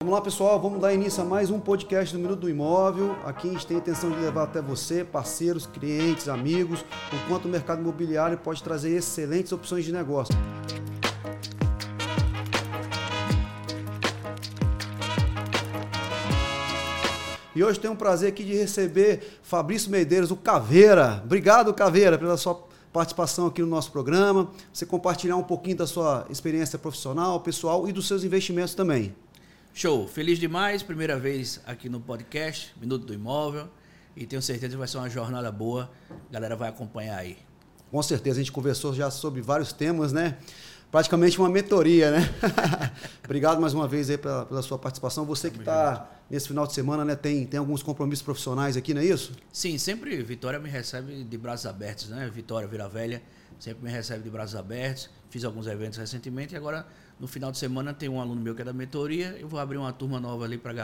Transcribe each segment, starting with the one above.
Vamos lá, pessoal, vamos dar início a mais um podcast do Minuto do Imóvel. Aqui a gente tem a intenção de levar até você, parceiros, clientes, amigos, o quanto o mercado imobiliário pode trazer excelentes opções de negócio. E hoje tenho o prazer aqui de receber Fabrício Medeiros, o Caveira. Obrigado, Caveira, pela sua participação aqui no nosso programa. Você compartilhar um pouquinho da sua experiência profissional, pessoal e dos seus investimentos também. Show, feliz demais, primeira vez aqui no podcast, Minuto do Imóvel, e tenho certeza que vai ser uma jornada boa, a galera vai acompanhar aí. Com certeza, a gente conversou já sobre vários temas, né? Praticamente uma mentoria, né? Obrigado mais uma vez aí pela sua participação. Você que está nesse final de semana, né? Tem alguns compromissos profissionais aqui, não é isso? Sim, sempre Vitória me recebe de braços abertos, né? Vitória, Vila Velha, sempre me recebe de braços abertos. Fiz alguns eventos recentemente e agora no final de semana tem um aluno meu que é da mentoria. Eu vou abrir uma turma nova ali para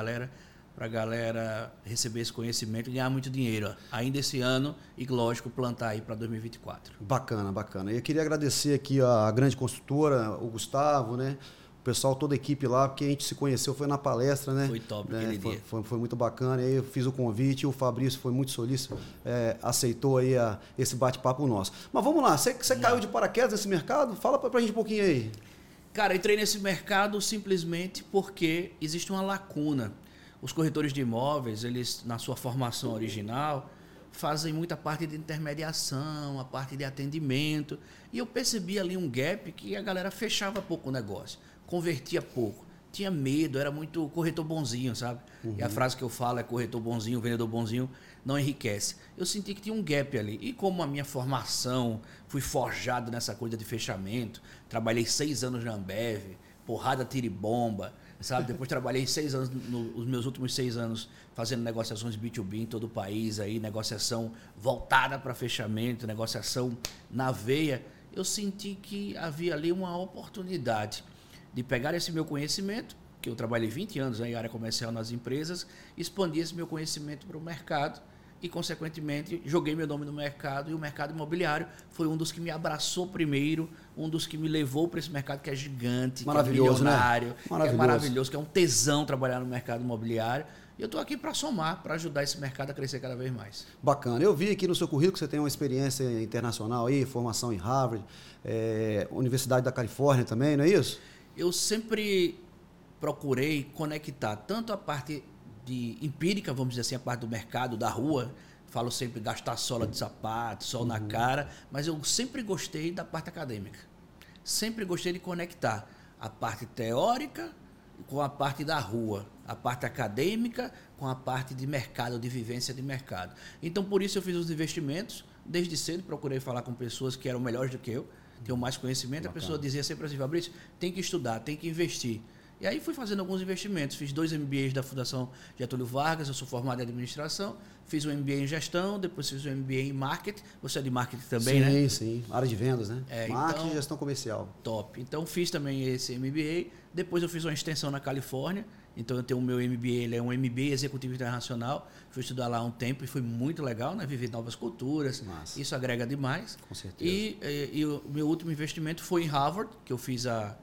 a galera receber esse conhecimento e ganhar muito dinheiro ainda esse ano e, lógico, plantar aí para 2024. Bacana, bacana. E eu queria agradecer aqui a grande construtora, o Gustavo, né? O pessoal, toda a equipe lá, porque a gente se conheceu, foi na palestra, né? Foi top né? aquele dia. Foi muito bacana. E aí eu fiz o convite, o Fabrício foi muito solícito, aceitou aí esse bate-papo nosso. Mas vamos lá, você caiu de paraquedas nesse mercado? Fala pra gente um pouquinho aí. Cara, entrei nesse mercado simplesmente porque existe uma lacuna. Os corretores de imóveis, eles, na sua formação original, fazem muita parte de intermediação, a parte de atendimento. E eu percebi ali um gap que a galera fechava pouco o negócio, convertia pouco, tinha medo, era muito corretor bonzinho, sabe? Uhum. E a frase que eu falo é corretor bonzinho, vendedor bonzinho, não enriquece. Eu senti que tinha um gap ali. E como a minha formação, fui forjado nessa coisa de fechamento, trabalhei 6 anos na Ambev, porrada, tiro e bomba, sabe? Depois trabalhei 6 anos, os meus últimos 6 anos fazendo negociações B2B em todo o país, aí, negociação voltada para fechamento, negociação na veia. Eu senti que havia ali uma oportunidade de pegar esse meu conhecimento, que eu trabalhei 20 anos em área comercial nas empresas, expandir esse meu conhecimento para o mercado e, consequentemente, joguei meu nome no mercado e o mercado imobiliário foi um dos que me abraçou primeiro, um dos que me levou para esse mercado que é gigante, que é milionário, que é maravilhoso, que é um tesão trabalhar no mercado imobiliário. E eu estou aqui para somar, para ajudar esse mercado a crescer cada vez mais. Bacana. Eu vi aqui no seu currículo que você tem uma experiência internacional aí, formação em Harvard, Universidade da Califórnia também, não é isso? Eu sempre procurei conectar tanto a parte de empírica, vamos dizer assim, a parte do mercado, da rua, falo sempre gastar sola de sapato, sol na cara, mas eu sempre gostei da parte acadêmica. Sempre gostei de conectar a parte teórica com a parte da rua, a parte acadêmica com a parte de mercado, de vivência de mercado. Então, por isso eu fiz os investimentos, desde cedo procurei falar com pessoas que eram melhores do que eu, tinham mais conhecimento. Bacana. A pessoa dizia sempre assim, Fabrício, tem que estudar, tem que investir. E aí fui fazendo alguns investimentos, fiz 2 MBAs da Fundação Getúlio Vargas, eu sou formado em administração, fiz um MBA em gestão, depois fiz um MBA em marketing, você é de marketing também, sim, né? Sim, área de vendas, né? Marketing e gestão comercial. Top. Então fiz também esse MBA, depois eu fiz uma extensão na Califórnia, então eu tenho o meu MBA, ele é um MBA Executivo Internacional, fui estudar lá um tempo e foi muito legal, né? Viver novas culturas, Massa. Isso agrega demais. Com certeza. E o meu último investimento foi em Harvard, que eu fiz a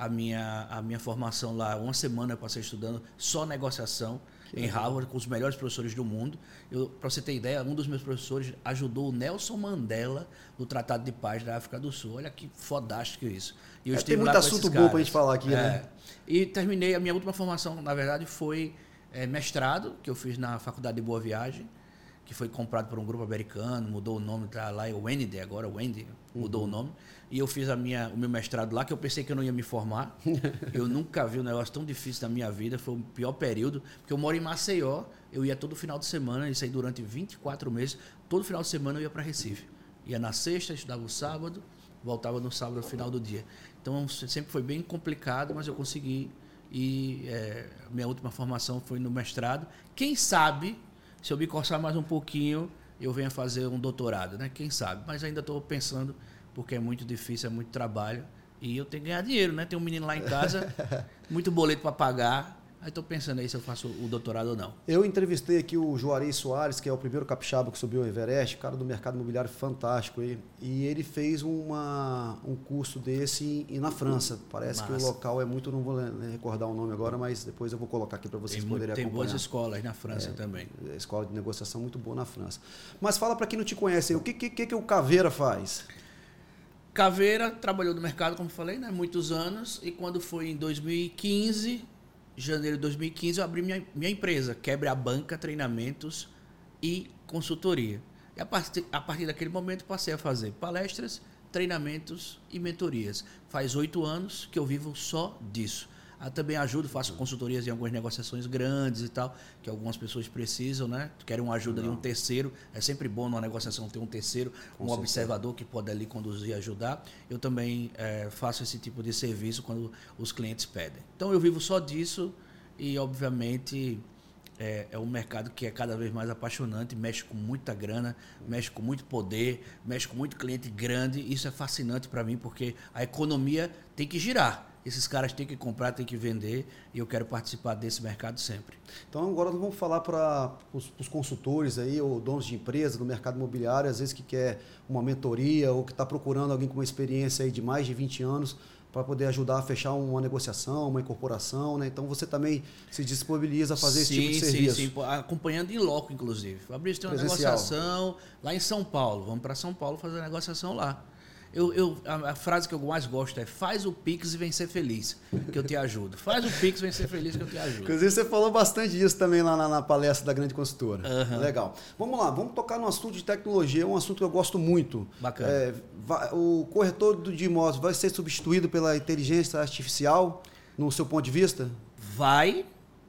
minha formação lá, uma semana eu passei estudando só negociação em Harvard, com os melhores professores do mundo. Para você ter ideia, um dos meus professores ajudou o Nelson Mandela no Tratado de Paz da África do Sul. Olha que fodástico isso. E eu tem muito assunto bom para a gente falar aqui, né? E terminei, a minha última formação, na verdade, foi mestrado, que eu fiz na Faculdade de Boa Viagem, que foi comprado por um grupo americano, mudou o nome, tá lá, é o Wendy, agora o Wendy, mudou o nome. E eu fiz o meu mestrado lá, que eu pensei que eu não ia me formar. Eu nunca vi um negócio tão difícil na minha vida, foi o pior período, porque eu moro em Maceió, eu ia todo final de semana, isso aí durante 24 meses, todo final de semana eu ia para Recife. Ia na sexta, estudava o sábado, voltava no sábado no final do dia. Então sempre foi bem complicado, mas eu consegui. E minha última formação foi no mestrado. Quem sabe, se eu me coçar mais um pouquinho, eu venha fazer um doutorado, né? Quem sabe? Mas ainda estou pensando, porque é muito difícil, é muito trabalho. E eu tenho que ganhar dinheiro, né? Tem um menino lá em casa, muito boleto para pagar. Aí estou pensando aí se eu faço o doutorado ou não. Eu entrevistei aqui o Juarez Soares, que é o primeiro capixaba que subiu o Everest, cara do mercado imobiliário fantástico. E ele fez um curso desse na França. Parece que o local é muito, não vou recordar o nome agora, mas depois eu vou colocar aqui para vocês poderem acompanhar. Tem boas escolas na França também. Escola de negociação muito boa na França. Mas fala para quem não te conhece, o que o Caveira faz? Caveira trabalhou no mercado, como falei, né, muitos anos. E quando foi em 2015... janeiro de 2015, eu abri minha empresa, Quebre a Banca, Treinamentos e Consultoria. E a partir daquele momento passei a fazer palestras, treinamentos e mentorias. Faz 8 anos que eu vivo só disso. Também ajudo, faço consultorias em algumas negociações grandes e tal, que algumas pessoas precisam, né? Querem uma ajuda de um terceiro. É sempre bom numa negociação ter um terceiro, um observador que pode ali conduzir e ajudar. Eu também faço esse tipo de serviço quando os clientes pedem. Então eu vivo só disso e, obviamente, é um mercado que é cada vez mais apaixonante, mexe com muita grana, mexe com muito poder, mexe com muito cliente grande. Isso é fascinante para mim porque a economia tem que girar. Esses caras têm que comprar, têm que vender e eu quero participar desse mercado sempre. Então agora nós vamos falar para os consultores aí, ou donos de empresa do mercado imobiliário, às vezes que quer uma mentoria ou que está procurando alguém com uma experiência aí de mais de 20 anos para poder ajudar a fechar uma negociação, uma incorporação, né? Então você também se disponibiliza a fazer esse tipo de serviço. Sim, acompanhando em loco, inclusive. Fabrício, tem uma negociação lá em São Paulo. Vamos para São Paulo fazer a negociação lá. A frase que eu mais gosto é: faz o Pix e vem ser feliz, que eu te ajudo. Faz o Pix e vem ser feliz, que eu te ajudo. Inclusive, você falou bastante disso também lá na palestra da Grande Consultora. Legal. Vamos lá, vamos tocar no assunto de tecnologia, é um assunto que eu gosto muito. Bacana. O corretor de imóveis vai ser substituído pela inteligência artificial, no seu ponto de vista? Vai,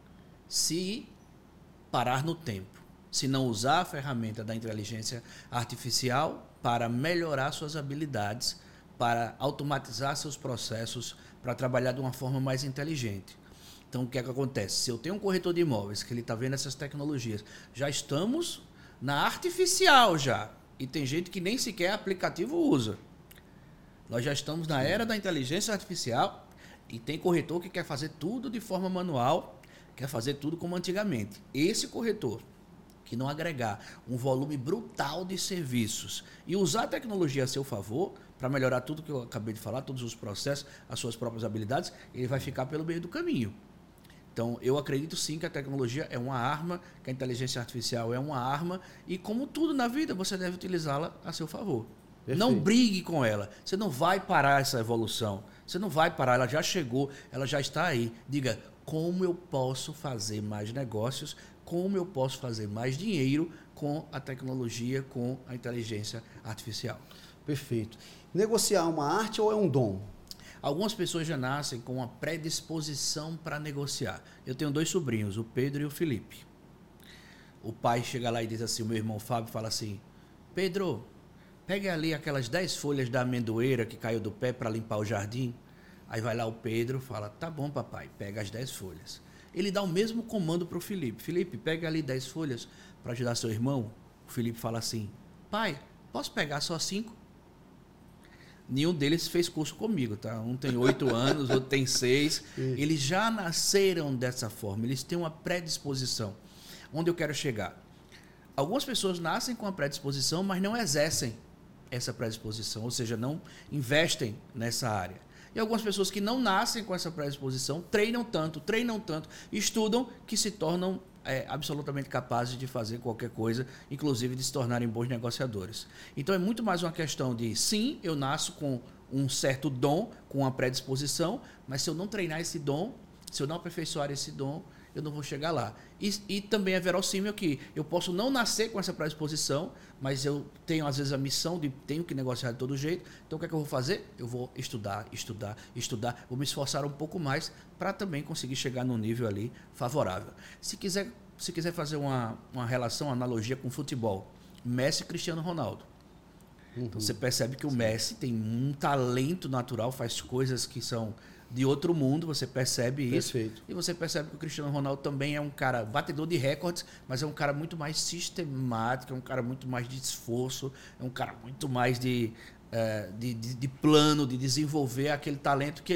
se parar no tempo. Se não usar a ferramenta da inteligência artificial para melhorar suas habilidades, para automatizar seus processos, para trabalhar de uma forma mais inteligente. Então, o que é que acontece? Se eu tenho um corretor de imóveis que ele está vendo essas tecnologias, já estamos na artificial já. E tem gente que nem sequer aplicativo usa. Nós já estamos na era da inteligência artificial e tem corretor que quer fazer tudo de forma manual, quer fazer tudo como antigamente. Esse corretor que não agregar um volume brutal de serviços e usar a tecnologia a seu favor para melhorar tudo que eu acabei de falar, todos os processos, as suas próprias habilidades, ele vai ficar pelo meio do caminho. Então, eu acredito sim que a tecnologia é uma arma, que a inteligência artificial é uma arma e, como tudo na vida, você deve utilizá-la a seu favor. Perfeito. Não brigue com ela. Você não vai parar essa evolução. Você não vai parar, ela já chegou, ela já está aí. Diga, como eu posso fazer mais negócios, como eu posso fazer mais dinheiro com a tecnologia, com a inteligência artificial. Perfeito. Negociar é uma arte ou é um dom? Algumas pessoas já nascem com uma predisposição para negociar. Eu tenho 2 sobrinhos, o Pedro e o Felipe. O pai chega lá e diz assim, o meu irmão Fábio fala assim: Pedro, pegue ali aquelas 10 folhas da amendoeira que caiu do pé para limpar o jardim. Aí vai lá o Pedro, fala: tá bom, papai, pega as 10 folhas. Ele dá o mesmo comando para o Felipe. Felipe, pega ali 10 folhas para ajudar seu irmão. O Felipe fala assim: pai, posso pegar só 5? Nenhum deles fez curso comigo, tá? Um tem 8 anos, outro tem 6. Eles já nasceram dessa forma, eles têm uma predisposição. Onde eu quero chegar? Algumas pessoas nascem com a predisposição, mas não exercem essa predisposição, ou seja, não investem nessa área. E algumas pessoas que não nascem com essa predisposição treinam tanto, estudam, que se tornam absolutamente capazes de fazer qualquer coisa, inclusive de se tornarem bons negociadores. Então é muito mais uma questão de, sim, eu nasço com um certo dom, com uma predisposição, mas se eu não treinar esse dom, se eu não aperfeiçoar esse dom, eu não vou chegar lá. E também é verossímil que eu posso não nascer com essa predisposição, mas eu tenho, às vezes, a missão de tenho que negociar de todo jeito. Então, o que é que eu vou fazer? Eu vou estudar, vou me esforçar um pouco mais para também conseguir chegar num nível ali favorável. Se quiser fazer uma relação, uma analogia com futebol, Messi e Cristiano Ronaldo. Então, você percebe que o Messi tem um talento natural, faz coisas que são de outro mundo, você percebe isso. Perfeito. E você percebe que o Cristiano Ronaldo também é um cara batedor de recordes, mas é um cara muito mais sistemático, é um cara muito mais de esforço, é um cara muito mais de plano, de desenvolver aquele talento que ele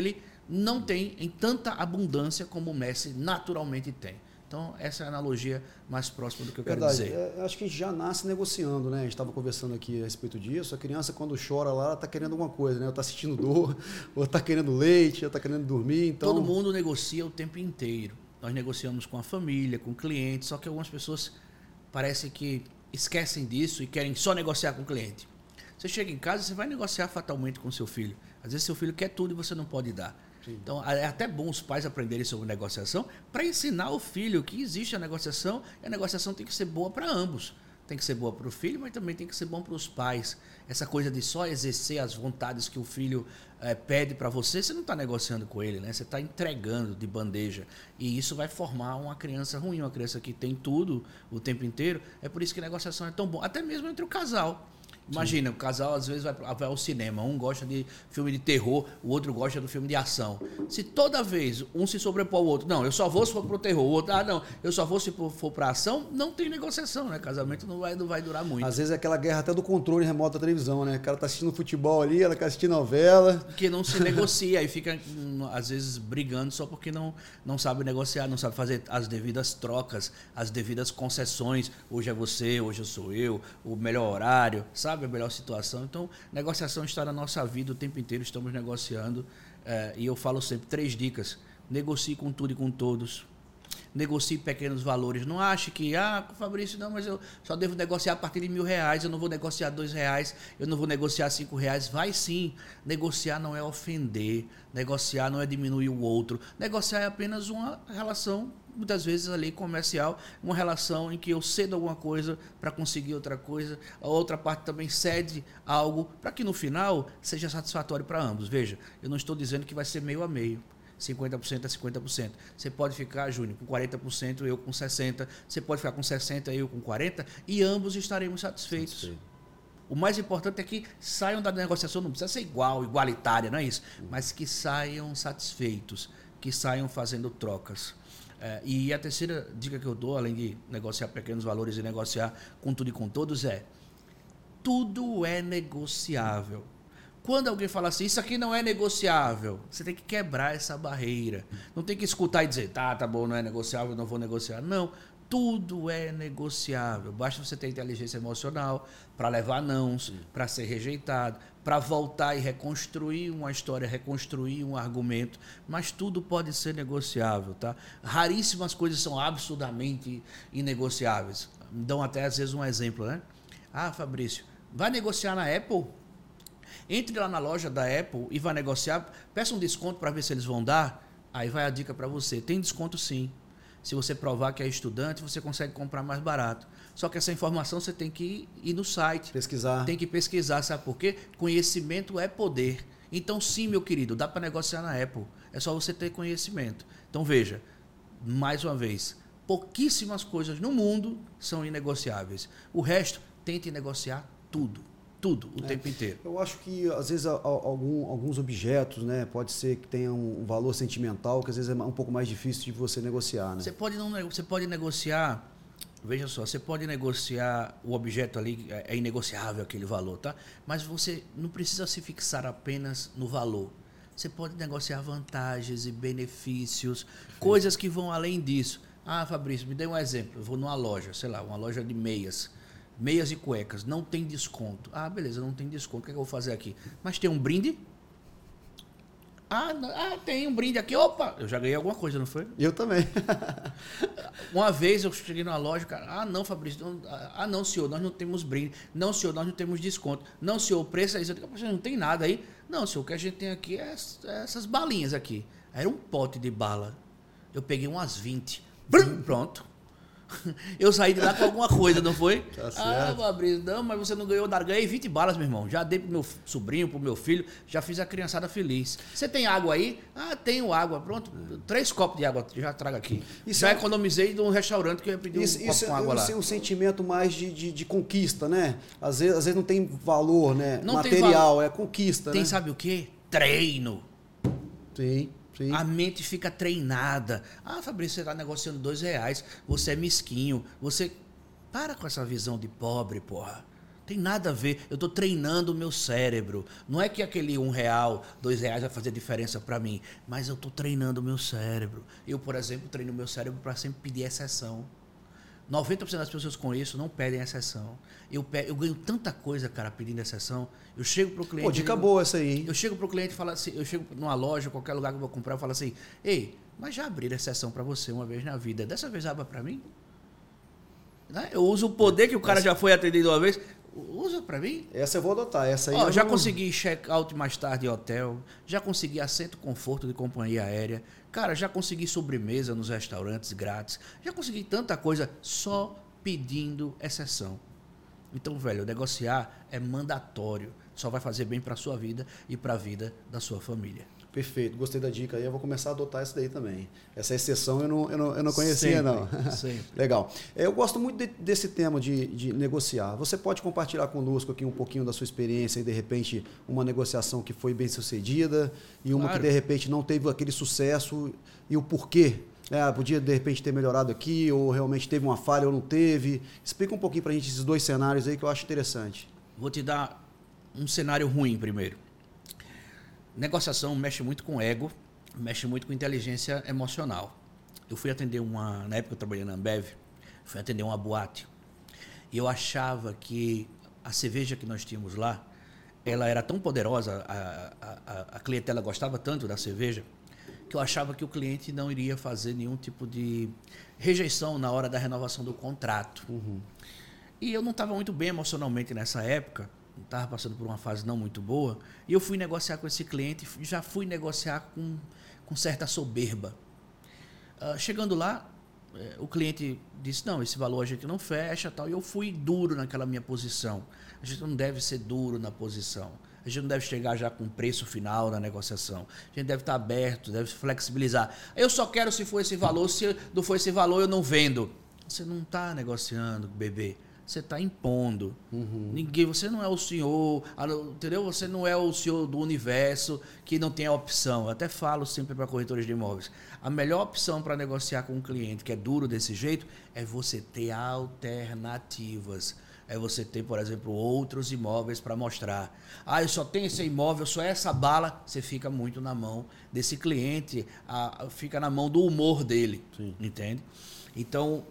não tem em tanta abundância como o Messi naturalmente tem. Então, essa é a analogia mais próxima do que eu quero dizer. Acho que a gente já nasce negociando, né? A gente estava conversando aqui a respeito disso. A criança, quando chora lá, ela está querendo alguma coisa, né? Ou está sentindo dor, ou está querendo leite, ou está querendo dormir. Então... Todo mundo negocia o tempo inteiro. Nós negociamos com a família, com clientes, só que algumas pessoas parece que esquecem disso e querem só negociar com o cliente. Você chega em casa e você vai negociar fatalmente com seu filho. Às vezes seu filho quer tudo e você não pode dar. Sim. Então, é até bom os pais aprenderem sobre negociação para ensinar o filho que existe a negociação e a negociação tem que ser boa para ambos. Tem que ser boa para o filho, mas também tem que ser bom para os pais. Essa coisa de só exercer as vontades que o filho pede para você, você não está negociando com ele, né? Você está entregando de bandeja. E isso vai formar uma criança ruim, uma criança que tem tudo o tempo inteiro. É por isso que a negociação é tão bom, até mesmo entre o casal. Imagina, o casal às vezes vai ao cinema, um gosta de filme de terror, o outro gosta do filme de ação. Se toda vez um se sobrepõe ao outro, não, eu só vou se for pro terror, o outro, não, eu só vou se for pra ação, não tem negociação, né? Casamento não vai durar muito. Às vezes é aquela guerra até do controle remoto da televisão, né? O cara tá assistindo futebol ali, ela tá assistindo novela. Que não se negocia, aí fica às vezes brigando só porque não sabe negociar, não sabe fazer as devidas trocas, as devidas concessões. Hoje é você, hoje sou eu, o melhor horário, sabe? A melhor situação. Então, negociação está na nossa vida o tempo inteiro, estamos negociando. E eu falo sempre 3 dicas. Negocie com tudo e com todos. Negocie pequenos valores. Não ache que, Fabrício, não, mas eu só devo negociar a partir de R$1.000, eu não vou negociar R$2, eu não vou negociar R$5. Vai sim. Negociar não é ofender, negociar não é diminuir o outro. Negociar é apenas uma relação, muitas vezes ali comercial, uma relação em que eu cedo alguma coisa para conseguir outra coisa, a outra parte também cede algo para que no final seja satisfatório para ambos. Veja, eu não estou dizendo que vai ser meio a meio. 50% a 50%. Você pode ficar, Júnior, com 40%, eu com 60%. Você pode ficar com 60%, eu com 40%, e ambos estaremos satisfeitos. O mais importante é que saiam da negociação, não precisa ser igualitária, não é isso? Mas que saiam satisfeitos, que saiam fazendo trocas. E a terceira dica que eu dou, além de negociar pequenos valores e negociar com tudo e com todos, tudo é negociável. Quando alguém fala assim, isso aqui não é negociável, você tem que quebrar essa barreira. Não tem que escutar e dizer, tá bom, não é negociável, não vou negociar. Não, tudo é negociável. Basta você ter inteligência emocional para levar nãos, para ser rejeitado, para voltar e reconstruir uma história, reconstruir um argumento. Mas tudo pode ser negociável, tá? Raríssimas coisas são absurdamente inegociáveis. Dão até, às vezes, um exemplo, né? Fabrício, vai negociar na Apple? Entre lá na loja da Apple e vai negociar, peça um desconto para ver se eles vão dar. Aí vai a dica para você. Tem desconto sim. Se você provar que é estudante, você consegue comprar mais barato. Só que essa informação você tem que ir no site. Pesquisar. Tem que pesquisar, sabe por quê? Conhecimento é poder. Então sim, meu querido, dá para negociar na Apple. É só você ter conhecimento. Então veja, mais uma vez, pouquíssimas coisas no mundo são inegociáveis. O resto, tente negociar tudo. Tudo, o tempo inteiro. Eu acho que, às vezes, alguns objetos, né, pode ser que tenham um valor sentimental, que às vezes é um pouco mais difícil de você negociar. Né? Você pode negociar, veja só, você pode negociar o objeto ali, é inegociável aquele valor, tá? Mas você não precisa se fixar apenas no valor. Você pode negociar vantagens e benefícios, coisas que vão além disso. Fabrício, me dê um exemplo. Eu vou numa loja, sei lá, uma loja de meias e cuecas, não tem desconto. Beleza, não tem desconto, o que eu vou fazer aqui? Mas tem um brinde? Tem um brinde aqui, opa, eu já ganhei alguma coisa, não foi? Eu também. Uma vez eu cheguei numa loja, cara, não, Fabrício, não, senhor, nós não temos brinde. Não, senhor, nós não temos desconto. Não, senhor, o preço é isso. Eu digo, não tem nada aí. Não, senhor, o que a gente tem aqui é essas balinhas aqui. Era um pote de bala. Eu peguei umas 20. Pronto. Eu saí de lá com alguma coisa, não foi? Tá certo. Fabrício, não, mas você não ganhou nada. Ganhei 20 balas, meu irmão. Já dei pro meu sobrinho, pro meu filho, já fiz a criançada feliz. Você tem água aí? Tenho água. Pronto, 3 copos de água, já trago aqui. Já economizei de um restaurante que eu ia pedir um copo com água lá. Isso é um sentimento mais de conquista, né? Às vezes não tem valor, né? Não material, é conquista, tem, né? sabe o quê? Treino. Sim. Sim. A mente fica treinada. Fabrício, você está negociando R$2, você é mesquinho, você... Para com essa visão de pobre, porra. Tem nada a ver. Eu estou treinando o meu cérebro. Não é que aquele R$1, R$2 vai fazer diferença para mim, mas eu estou treinando o meu cérebro. Eu, por exemplo, treino o meu cérebro para sempre pedir exceção. 90% das pessoas com isso não pedem exceção. Eu ganho tanta coisa, cara, pedindo exceção. Eu chego pro cliente... Pô, dica boa essa aí, hein? Eu chego pro cliente e falo assim, eu chego numa loja, qualquer lugar que eu vou comprar, eu falo assim, ei, mas já abriram exceção para você uma vez na vida. Dessa vez abra para mim? Né? Eu uso o poder que o cara já foi atendido uma vez. Usa para mim. Essa eu vou adotar. Essa aí já consegui check-out mais tarde em hotel. Já consegui assento conforto de companhia aérea. Cara, já consegui sobremesa nos restaurantes grátis. Já consegui tanta coisa só pedindo exceção. Então, velho, negociar é mandatório. Só vai fazer bem para sua vida e para a vida da sua família. Perfeito, gostei da dica aí, eu vou começar a adotar isso daí também. Essa exceção eu não conhecia, sempre, não. Sempre. Legal. Eu gosto muito desse tema de negociar. Você pode compartilhar conosco aqui um pouquinho da sua experiência e, de repente, uma negociação que foi bem sucedida e uma que, de repente, não teve aquele sucesso e o porquê? Podia, de repente, ter melhorado aqui ou realmente teve uma falha ou não teve. Explica um pouquinho para a gente esses dois cenários aí que eu acho interessante. Vou te dar um cenário ruim primeiro. Negociação mexe muito com ego, mexe muito com inteligência emocional. Eu fui atender na época eu trabalhei na Ambev, fui atender uma boate. E eu achava que a cerveja que nós tínhamos lá, ela era tão poderosa, a clientela gostava tanto da cerveja, que eu achava que o cliente não iria fazer nenhum tipo de rejeição na hora da renovação do contrato. Uhum. E eu não estava muito bem emocionalmente nessa época, estava passando por uma fase não muito boa, e eu fui negociar com esse cliente, já fui negociar com certa soberba. Chegando lá, o cliente disse, não, esse valor a gente não fecha, tal, e eu fui duro naquela minha posição. A gente não deve ser duro na posição, a gente não deve chegar já com o preço final na negociação, a gente deve estar aberto, deve flexibilizar. Eu só quero se for esse valor, se não for esse valor eu não vendo. Você não está negociando, bebê. Você está impondo. Uhum. Você não é o senhor, entendeu? Você não é o senhor do universo que não tem a opção. Eu até falo sempre para corretores de imóveis. A melhor opção para negociar com um cliente que é duro desse jeito é você ter alternativas. É você ter, por exemplo, outros imóveis para mostrar. Eu só tenho esse imóvel, só essa bala. Você fica muito na mão desse cliente, fica na mão do humor dele. Sim. Entende? Então...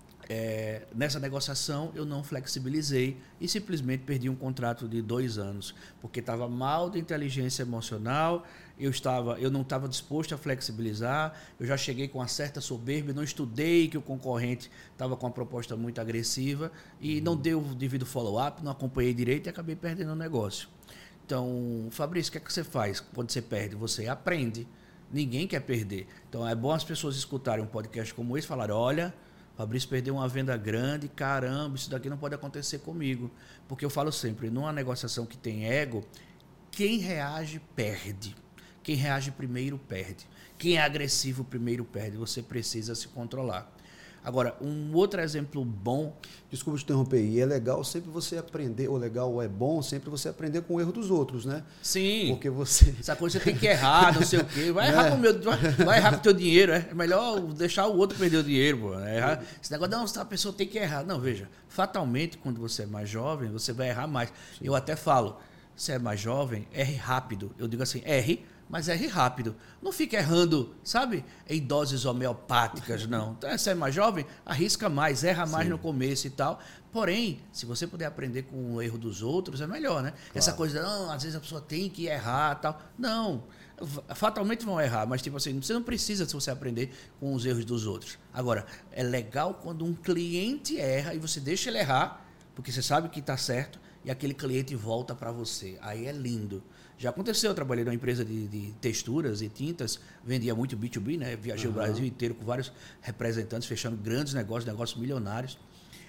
nessa negociação eu não flexibilizei e simplesmente perdi um contrato de 2 anos, porque estava mal de inteligência emocional, eu não estava disposto a flexibilizar, eu já cheguei com uma certa soberba, não estudei que o concorrente estava com uma proposta muito agressiva e não deu o devido follow-up, não acompanhei direito e acabei perdendo o negócio. Então, Fabrício, o que é que você faz quando você perde? Você aprende, ninguém quer perder. Então é bom as pessoas escutarem um podcast como esse e falarem, olha... Fabrício perdeu uma venda grande, caramba, isso daqui não pode acontecer comigo. Porque eu falo sempre, numa negociação que tem ego, quem reage perde. Quem reage primeiro perde. Quem é agressivo primeiro perde. Você precisa se controlar. Agora, um outro exemplo bom... Desculpa te interromper. E é legal sempre você aprender, ou é bom sempre você aprender com o erro dos outros, né? Sim. Porque você... Essa coisa você tem que errar, não sei o quê. Vai errar vai errar com o teu dinheiro, é melhor deixar o outro perder o dinheiro, pô. Esse negócio, não, a pessoa tem que errar. Não, veja, fatalmente, quando você é mais jovem, você vai errar mais. Sim. Eu até falo, você é mais jovem, erre rápido. Eu digo assim, erre, mas erre rápido. Não fique errando, sabe, em doses homeopáticas, não. Então, você é mais jovem, arrisca mais, erra mais Sim. no começo e tal. Porém, se você puder aprender com o erro dos outros, é melhor, né? Claro. Essa coisa, não, às vezes a pessoa tem que errar e tal. Não, fatalmente vão errar, mas tipo assim, você não precisa se você aprender com os erros dos outros. Agora, é legal quando um cliente erra e você deixa ele errar, porque você sabe que está certo, e aquele cliente volta para você. Aí é lindo. Já aconteceu, eu trabalhei numa empresa de texturas e tintas, vendia muito B2B, né? Viajei o Brasil inteiro com vários representantes, fechando grandes negócios milionários.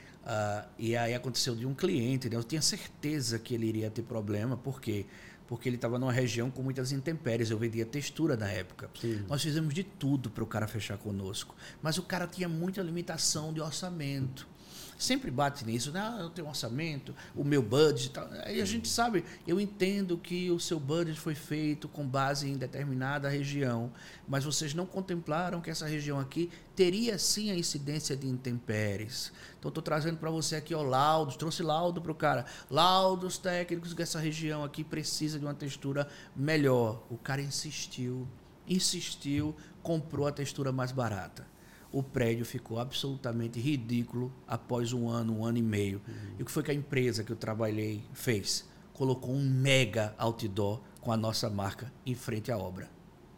E aí aconteceu de um cliente, né? Eu tinha certeza que ele iria ter problema, por quê? Porque ele estava numa região com muitas intempéries, eu vendia textura na época. Sim. Nós fizemos de tudo para o cara fechar conosco, mas o cara tinha muita limitação de orçamento. sempre bate nisso, né? Eu tenho um orçamento, o meu budget e tal. Aí a gente sabe, eu entendo que o seu budget foi feito com base em determinada região, mas vocês não contemplaram que essa região aqui teria sim a incidência de intempéries. Então, estou trazendo para você aqui, ó, laudos, trouxe laudo para o cara, laudos técnicos que essa região aqui precisa de uma textura melhor. O cara insistiu, comprou a textura mais barata. O prédio ficou absolutamente ridículo após um ano e meio. E o que foi que a empresa que eu trabalhei fez? Colocou um mega outdoor com a nossa marca em frente à obra.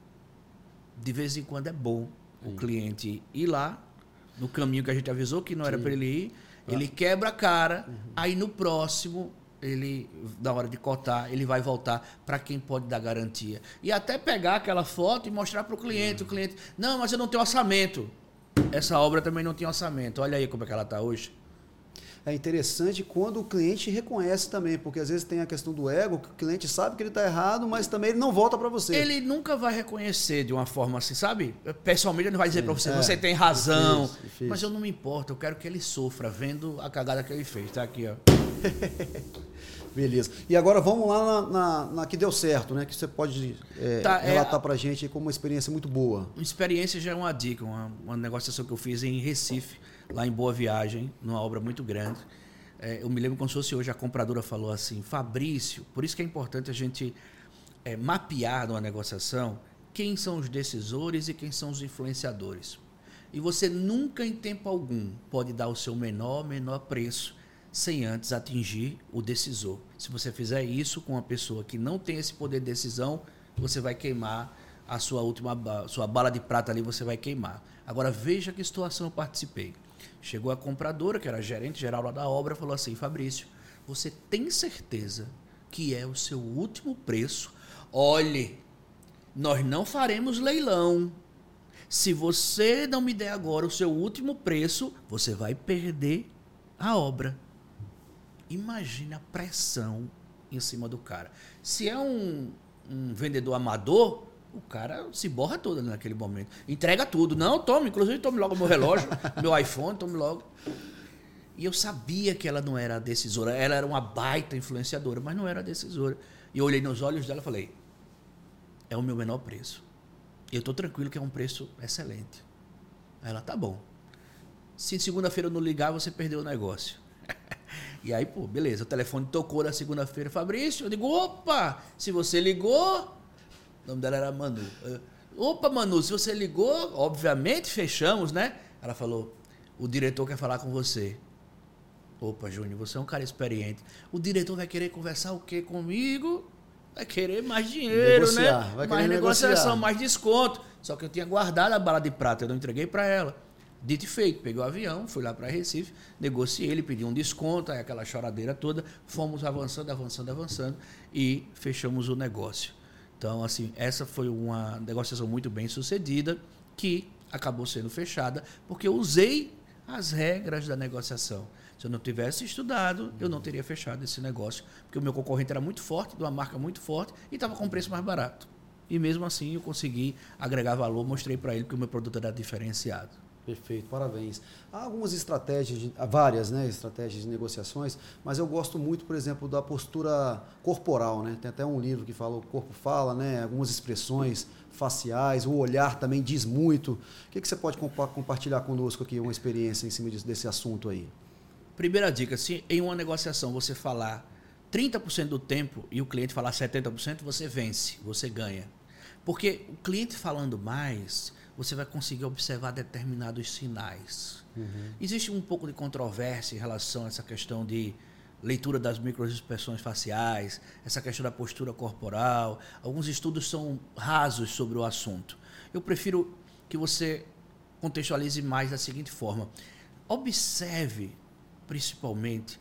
De vez em quando é bom o cliente ir lá, no caminho que a gente avisou que não era para ele ir, ele quebra a cara, aí no próximo, ele, na hora de cotar, ele vai voltar para quem pode dar garantia. E até pegar aquela foto e mostrar para o cliente. O cliente, não, mas eu não tenho orçamento. Essa obra também não tinha orçamento. Olha aí como é que ela está hoje. É interessante quando o cliente reconhece também, porque às vezes tem a questão do ego, que o cliente sabe que ele está errado, mas também ele não volta para você. Ele nunca vai reconhecer de uma forma assim, sabe? Pessoalmente ele não vai dizer para você, você tem razão. Difícil. Mas eu não me importo, eu quero que ele sofra vendo a cagada que ele fez. Tá aqui, ó. Beleza. E agora vamos lá na que deu certo, né? Que você pode relatar para a gente como uma experiência muito boa. Uma experiência já é uma dica, uma negociação que eu fiz em Recife, lá em Boa Viagem, numa obra muito grande. Eu me lembro como se fosse hoje, a compradora falou assim, Fabrício, por isso que é importante a gente mapear numa negociação quem são os decisores e quem são os influenciadores. E você nunca, em tempo algum, pode dar o seu menor preço sem antes atingir o decisor. Se você fizer isso com uma pessoa que não tem esse poder de decisão, você vai queimar a sua bala de prata ali, você vai queimar. Agora, veja que situação eu participei. Chegou a compradora, que era a gerente geral lá da obra, falou assim, Fabrício, você tem certeza que é o seu último preço? Olhe, nós não faremos leilão. Se você não me der agora o seu último preço, você vai perder a obra. Imagina a pressão em cima do cara. Se é um vendedor amador, o cara se borra todo naquele momento. Entrega tudo. Não, inclusive tome logo meu relógio, meu iPhone, tome logo. E eu sabia que ela não era a decisora. Ela era uma baita influenciadora, mas não era a decisora. E eu olhei nos olhos dela e falei, é o meu menor preço. E eu estou tranquilo que é um preço excelente. Aí ela, tá bom. Se segunda-feira eu não ligar, você perdeu o negócio. E aí, pô, beleza, o telefone tocou na segunda-feira, Fabrício, eu digo, opa, se você ligou, o nome dela era Manu. Opa, Manu, se você ligou, obviamente fechamos, né? Ela falou, o diretor quer falar com você. Opa, Júnior, você é um cara experiente. O diretor vai querer conversar o quê comigo? Vai querer mais dinheiro, negociar, né? Mais negociação, mais desconto. Só que eu tinha guardado a bala de prata, eu não entreguei para ela. Dito e feito, peguei o avião, fui lá para Recife, negociei, ele pediu um desconto, aí aquela choradeira toda, fomos avançando e fechamos o negócio. Então, assim, essa foi uma negociação muito bem sucedida que acabou sendo fechada porque eu usei as regras da negociação. Se eu não tivesse estudado, eu não teria fechado esse negócio, porque o meu concorrente era muito forte, de uma marca muito forte e estava com preço mais barato. E mesmo assim eu consegui agregar valor, mostrei para ele que o meu produto era diferenciado. Perfeito, parabéns. Há algumas estratégias, várias, né, estratégias de negociações, mas eu gosto muito, por exemplo, da postura corporal, né? Tem até um livro que fala, o corpo fala, né? Algumas expressões faciais, o olhar também diz muito. O que você pode compartilhar conosco aqui, uma experiência em cima desse assunto aí? Primeira dica, se em uma negociação você falar 30% do tempo e o cliente falar 70%, você vence, você ganha. Porque o cliente falando mais, você vai conseguir observar determinados sinais. Existe um pouco de controvérsia em relação a essa questão de leitura das microexpressões faciais, essa questão da postura corporal. Alguns estudos são rasos sobre o assunto. Eu prefiro que você contextualize mais da seguinte forma. Observe, principalmente,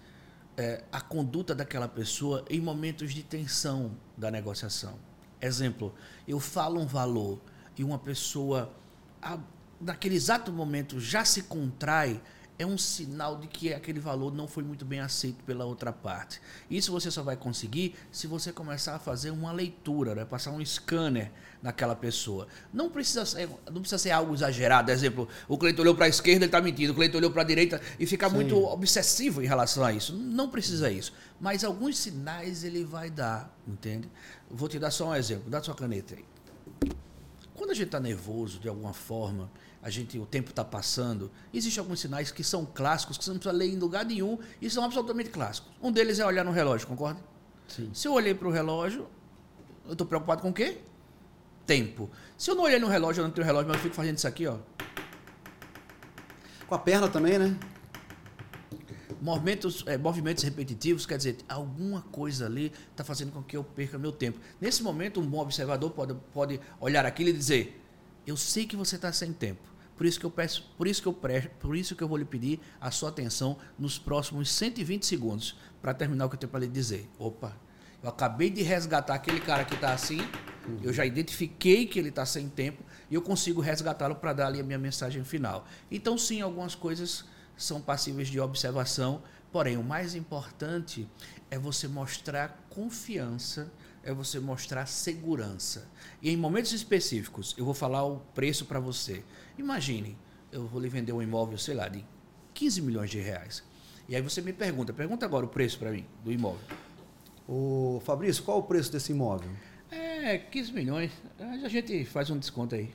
a conduta daquela pessoa em momentos de tensão da negociação. Exemplo, eu falo um valor e uma pessoa, naquele exato momento, já se contrai, é um sinal de que aquele valor não foi muito bem aceito pela outra parte. Isso você só vai conseguir se você começar a fazer uma leitura, né? Passar um scanner naquela pessoa. Não precisa ser algo exagerado. Por exemplo, o cliente olhou para a esquerda, ele está mentindo. O cliente olhou para a direita e ficar muito obsessivo em relação a isso. Não precisa isso. Mas alguns sinais ele vai dar, entende? Vou te dar só um exemplo. Dá sua caneta aí. Quando a gente está nervoso, de alguma forma, o tempo está passando, existem alguns sinais que são clássicos, que você não precisa ler em lugar nenhum, e são absolutamente clássicos. Um deles é olhar no relógio, concorda? Sim. Se eu olhei para o relógio, eu estou preocupado com o quê? Tempo. Se eu não olhei no relógio, eu não tenho relógio, mas eu fico fazendo isso aqui, ó. Com a perna também, né? Movimentos repetitivos, quer dizer, alguma coisa ali está fazendo com que eu perca meu tempo. Nesse momento, um bom observador pode olhar aquilo e dizer: eu sei que você está sem tempo. Por isso que eu vou lhe pedir a sua atenção nos próximos 120 segundos para terminar o que eu tenho para lhe dizer. Opa, eu acabei de resgatar aquele cara que está assim, eu já identifiquei que ele está sem tempo e eu consigo resgatá-lo para dar ali a minha mensagem final. Então, sim, algumas coisas são passíveis de observação, porém, o mais importante é você mostrar confiança, é você mostrar segurança. E em momentos específicos, eu vou falar o preço para você. Imagine, eu vou lhe vender um imóvel, sei lá, de 15 milhões de reais. E aí você me pergunta agora o preço para mim do imóvel. Ô, Fabrício, qual o preço desse imóvel? 15 milhões, a gente faz um desconto aí.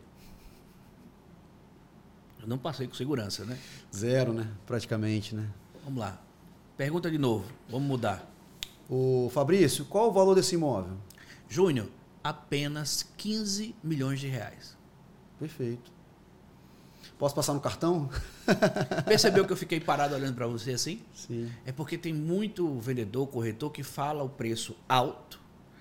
Eu não passei com segurança, né? Zero, né? Praticamente, né? Vamos lá. Pergunta de novo, vamos mudar. Ô, Fabrício, qual o valor desse imóvel? Júnior, apenas 15 milhões de reais. Perfeito. Posso passar no cartão? Percebeu que eu fiquei parado olhando para você assim? Sim. É porque tem muito vendedor, corretor que fala o preço alto.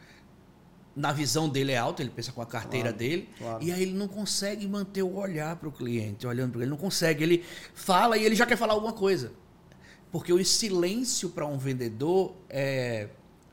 Na visão dele é alto, ele pensa com a carteira dele, e aí ele não consegue manter o olhar para o cliente, olhando para ele, não consegue. Ele fala e ele já quer falar alguma coisa. Porque o silêncio para um vendedor é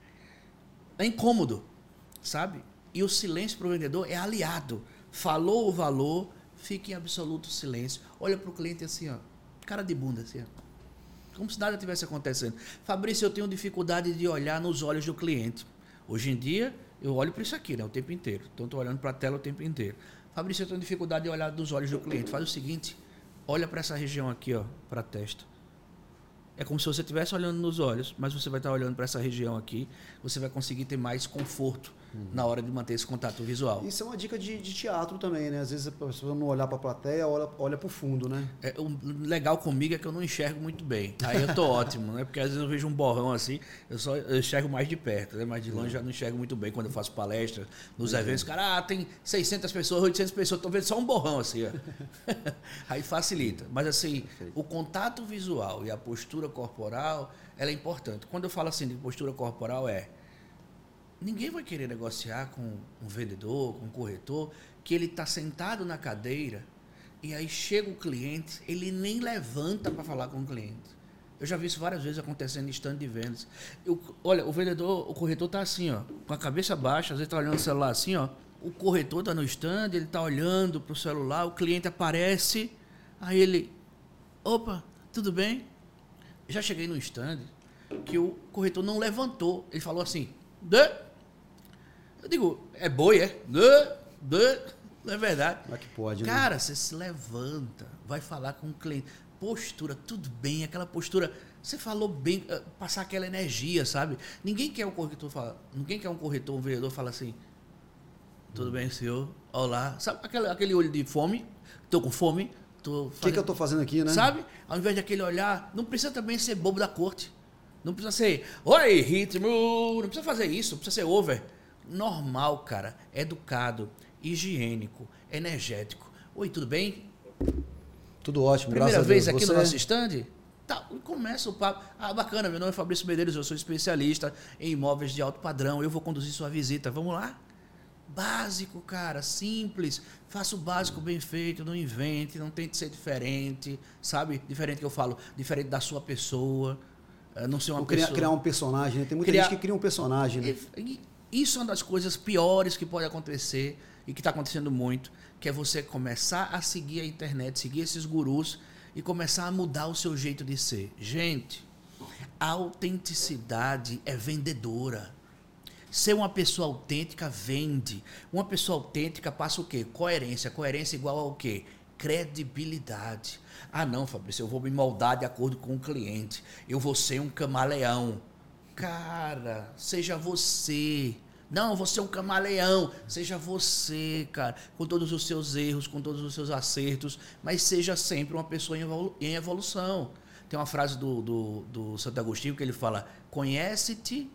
incômodo, sabe? E o silêncio para o vendedor é aliado. Falou o valor, fica em absoluto silêncio. Olha para o cliente assim, ó, cara de bunda assim, ó. Como se nada tivesse acontecendo. Fabrício, eu tenho dificuldade de olhar nos olhos do cliente. Hoje em dia, eu olho para isso aqui, né, o tempo inteiro. Então, estou olhando para a tela o tempo inteiro. Fabrício, eu tenho dificuldade de olhar nos olhos do cliente. Faz o seguinte, olha para essa região aqui, ó, para a testa. É como se você estivesse olhando nos olhos, mas você vai estar olhando para essa região aqui, você vai conseguir ter mais conforto na hora de manter esse contato visual. Isso é uma dica de teatro também, né? Às vezes a pessoa não olhar para a plateia, olha para o fundo, né? O legal comigo é que eu não enxergo muito bem. Aí eu tô ótimo, né? Porque às vezes eu vejo um borrão assim, eu enxergo mais de perto, né? Mas de longe já não enxergo muito bem quando eu faço palestra nos eventos. Cara, tem 600 pessoas, 800 pessoas, tô vendo só um borrão assim, ó. Aí facilita. Mas assim, o contato visual e a postura corporal, ela é importante. Quando eu falo assim de postura corporal ninguém vai querer negociar com um vendedor, com um corretor, que ele está sentado na cadeira e aí chega o cliente, ele nem levanta para falar com o cliente. Eu já vi isso várias vezes acontecendo em stand de vendas. Olha, o corretor está assim, ó, com a cabeça baixa, às vezes está olhando o celular assim, ó. O corretor está no stand, ele está olhando para o celular, o cliente aparece, aí ele, opa, tudo bem? Já cheguei no stand que o corretor não levantou, ele falou assim, eu digo, é boi, é? Não é verdade. Como é que pode, cara, você se levanta, vai falar com o cliente. Postura, tudo bem, aquela postura, você falou bem, passar aquela energia, sabe? Ninguém quer um corretor um vendedor fala assim, tudo bem, senhor? Olá. Sabe aquele olho de fome? Tô com fome. O que eu tô fazendo aqui, né? Sabe? Ao invés daquele olhar, não precisa também ser bobo da corte. Não precisa ser, oi, ritmo, não precisa fazer isso, não precisa ser over. Normal, cara, educado, higiênico, energético. Oi, tudo bem? Tudo ótimo, Primeira graças vez a Deus. aqui no nosso stand? Tá, começa o papo. Ah, bacana, meu nome é Fabrício Medeiros, eu sou especialista em imóveis de alto padrão, eu vou conduzir sua visita, vamos lá? Básico, cara, simples. Faça o básico bem feito, não invente, não tente ser diferente, sabe? Diferente que eu falo, diferente da sua pessoa. Não ser uma pessoa... Criar um personagem, né? Tem muita gente que cria um personagem, né? Isso é uma das coisas piores que pode acontecer e que está acontecendo muito, que é você começar a seguir a internet, seguir esses gurus e começar a mudar o seu jeito de ser. Gente, a autenticidade é vendedora. Ser uma pessoa autêntica vende. Uma pessoa autêntica passa o quê? Coerência. Coerência igual ao quê? Credibilidade. Ah, não, Fabrício, eu vou me moldar de acordo com o cliente. Eu vou ser um camaleão. Cara, seja você. Não, eu vou ser um camaleão. Seja você, cara. Com todos os seus erros, com todos os seus acertos. Mas seja sempre uma pessoa em evolução. Tem uma frase do Santo Agostinho que ele fala: conhece-te,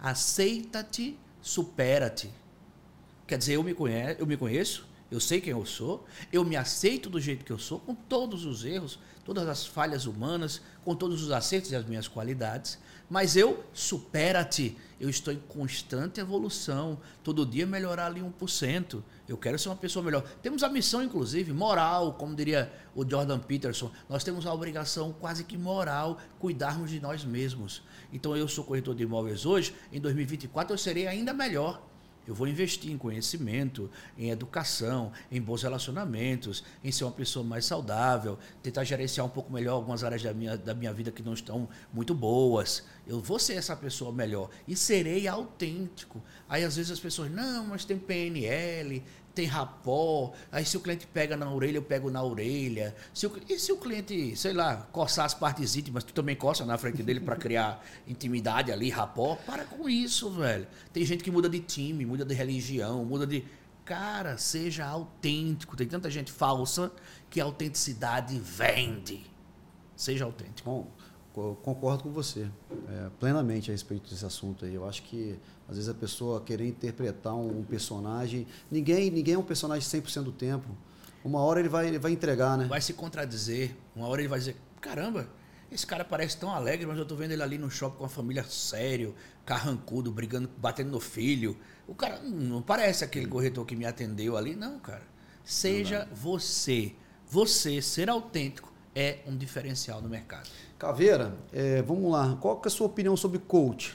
aceita-te, supera-te. Quer dizer, eu me conheço, eu sei quem eu sou, eu me aceito do jeito que eu sou, com todos os erros, todas as falhas humanas, com todos os acertos e as minhas qualidades, mas eu supera-te. Eu estou em constante evolução, todo dia melhorar ali 1%. Eu quero ser uma pessoa melhor. Temos a missão, inclusive, moral, como diria o Jordan Peterson. Nós temos a obrigação quase que moral, cuidarmos de nós mesmos. Então, eu sou corretor de imóveis hoje, em 2024 eu serei ainda melhor. Eu vou investir em conhecimento, em educação, em bons relacionamentos, em ser uma pessoa mais saudável, tentar gerenciar um pouco melhor algumas áreas da minha vida que não estão muito boas. Eu vou ser essa pessoa melhor e serei autêntico. Aí, às vezes, as pessoas, não, mas tem PNL, tem rapó, aí se o cliente pega na orelha, eu pego na orelha. E se o cliente, sei lá, coçar as partes íntimas, tu também coça na frente dele para criar intimidade ali, rapó? Para com isso, velho. Tem gente que muda de time, muda de religião, muda de... Cara, seja autêntico. Tem tanta gente falsa que a autenticidade vende. Seja autêntico. Bom, eu concordo com você plenamente a respeito desse assunto aí. Eu acho que, às vezes, a pessoa querer interpretar um personagem... Ninguém é um personagem 100% do tempo. Uma hora ele vai entregar, né? Vai se contradizer. Uma hora ele vai dizer, caramba, esse cara parece tão alegre, mas eu tô vendo ele ali no shopping com a família sério, carrancudo, brigando, batendo no filho. O cara não parece aquele corretor que me atendeu ali. Não, cara. Seja você. Você, ser autêntico, é um diferencial no mercado. Caveira, vamos lá. Qual que é a sua opinião sobre coach?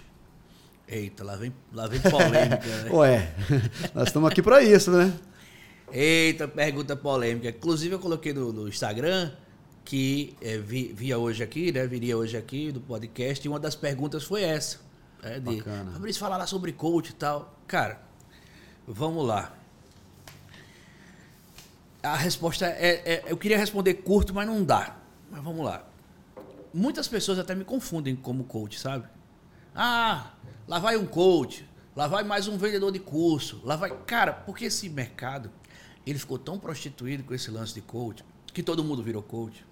Eita, lá vem polêmica, né? Ué, nós estamos aqui para isso, né? Eita, pergunta polêmica. Inclusive, eu coloquei no Instagram que viria hoje aqui do podcast, e uma das perguntas foi essa. Bacana. Fabrício, falar lá sobre coach e tal. Cara, vamos lá. A resposta eu queria responder curto, mas não dá. Mas vamos lá. Muitas pessoas até me confundem como coach, sabe? Ah, lá vai um coach, lá vai mais um vendedor de curso, lá vai... Cara, porque esse mercado, ele ficou tão prostituído com esse lance de coach, que todo mundo virou coach,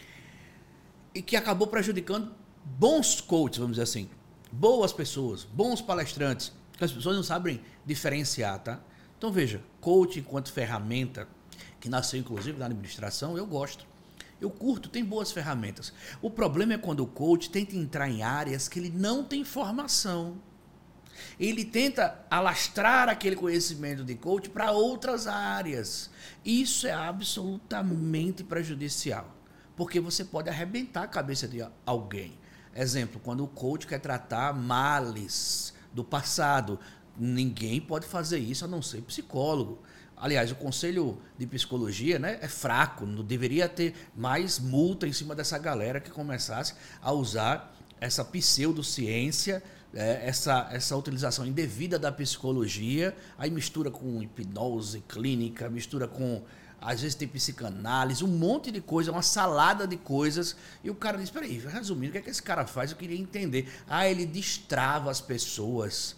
e que acabou prejudicando bons coaches, vamos dizer assim, boas pessoas, bons palestrantes, que as pessoas não sabem diferenciar, tá? Então, veja, coach enquanto ferramenta, que nasceu inclusive na administração, eu gosto. Eu curto, tem boas ferramentas. O problema é quando o coach tenta entrar em áreas que ele não tem formação. Ele tenta alastrar aquele conhecimento de coach para outras áreas. Isso é absolutamente prejudicial, porque você pode arrebentar a cabeça de alguém. Exemplo, quando o coach quer tratar males do passado, ninguém pode fazer isso a não ser psicólogo. Aliás, o conselho de psicologia, né, é fraco, não deveria ter mais multa em cima dessa galera que começasse a usar essa pseudociência, essa utilização indevida da psicologia, aí mistura com hipnose clínica, mistura com, às vezes tem psicanálise, um monte de coisa, uma salada de coisas, e o cara diz, peraí, resumindo, o que é que esse cara faz? Eu queria entender. Ah, ele destrava as pessoas.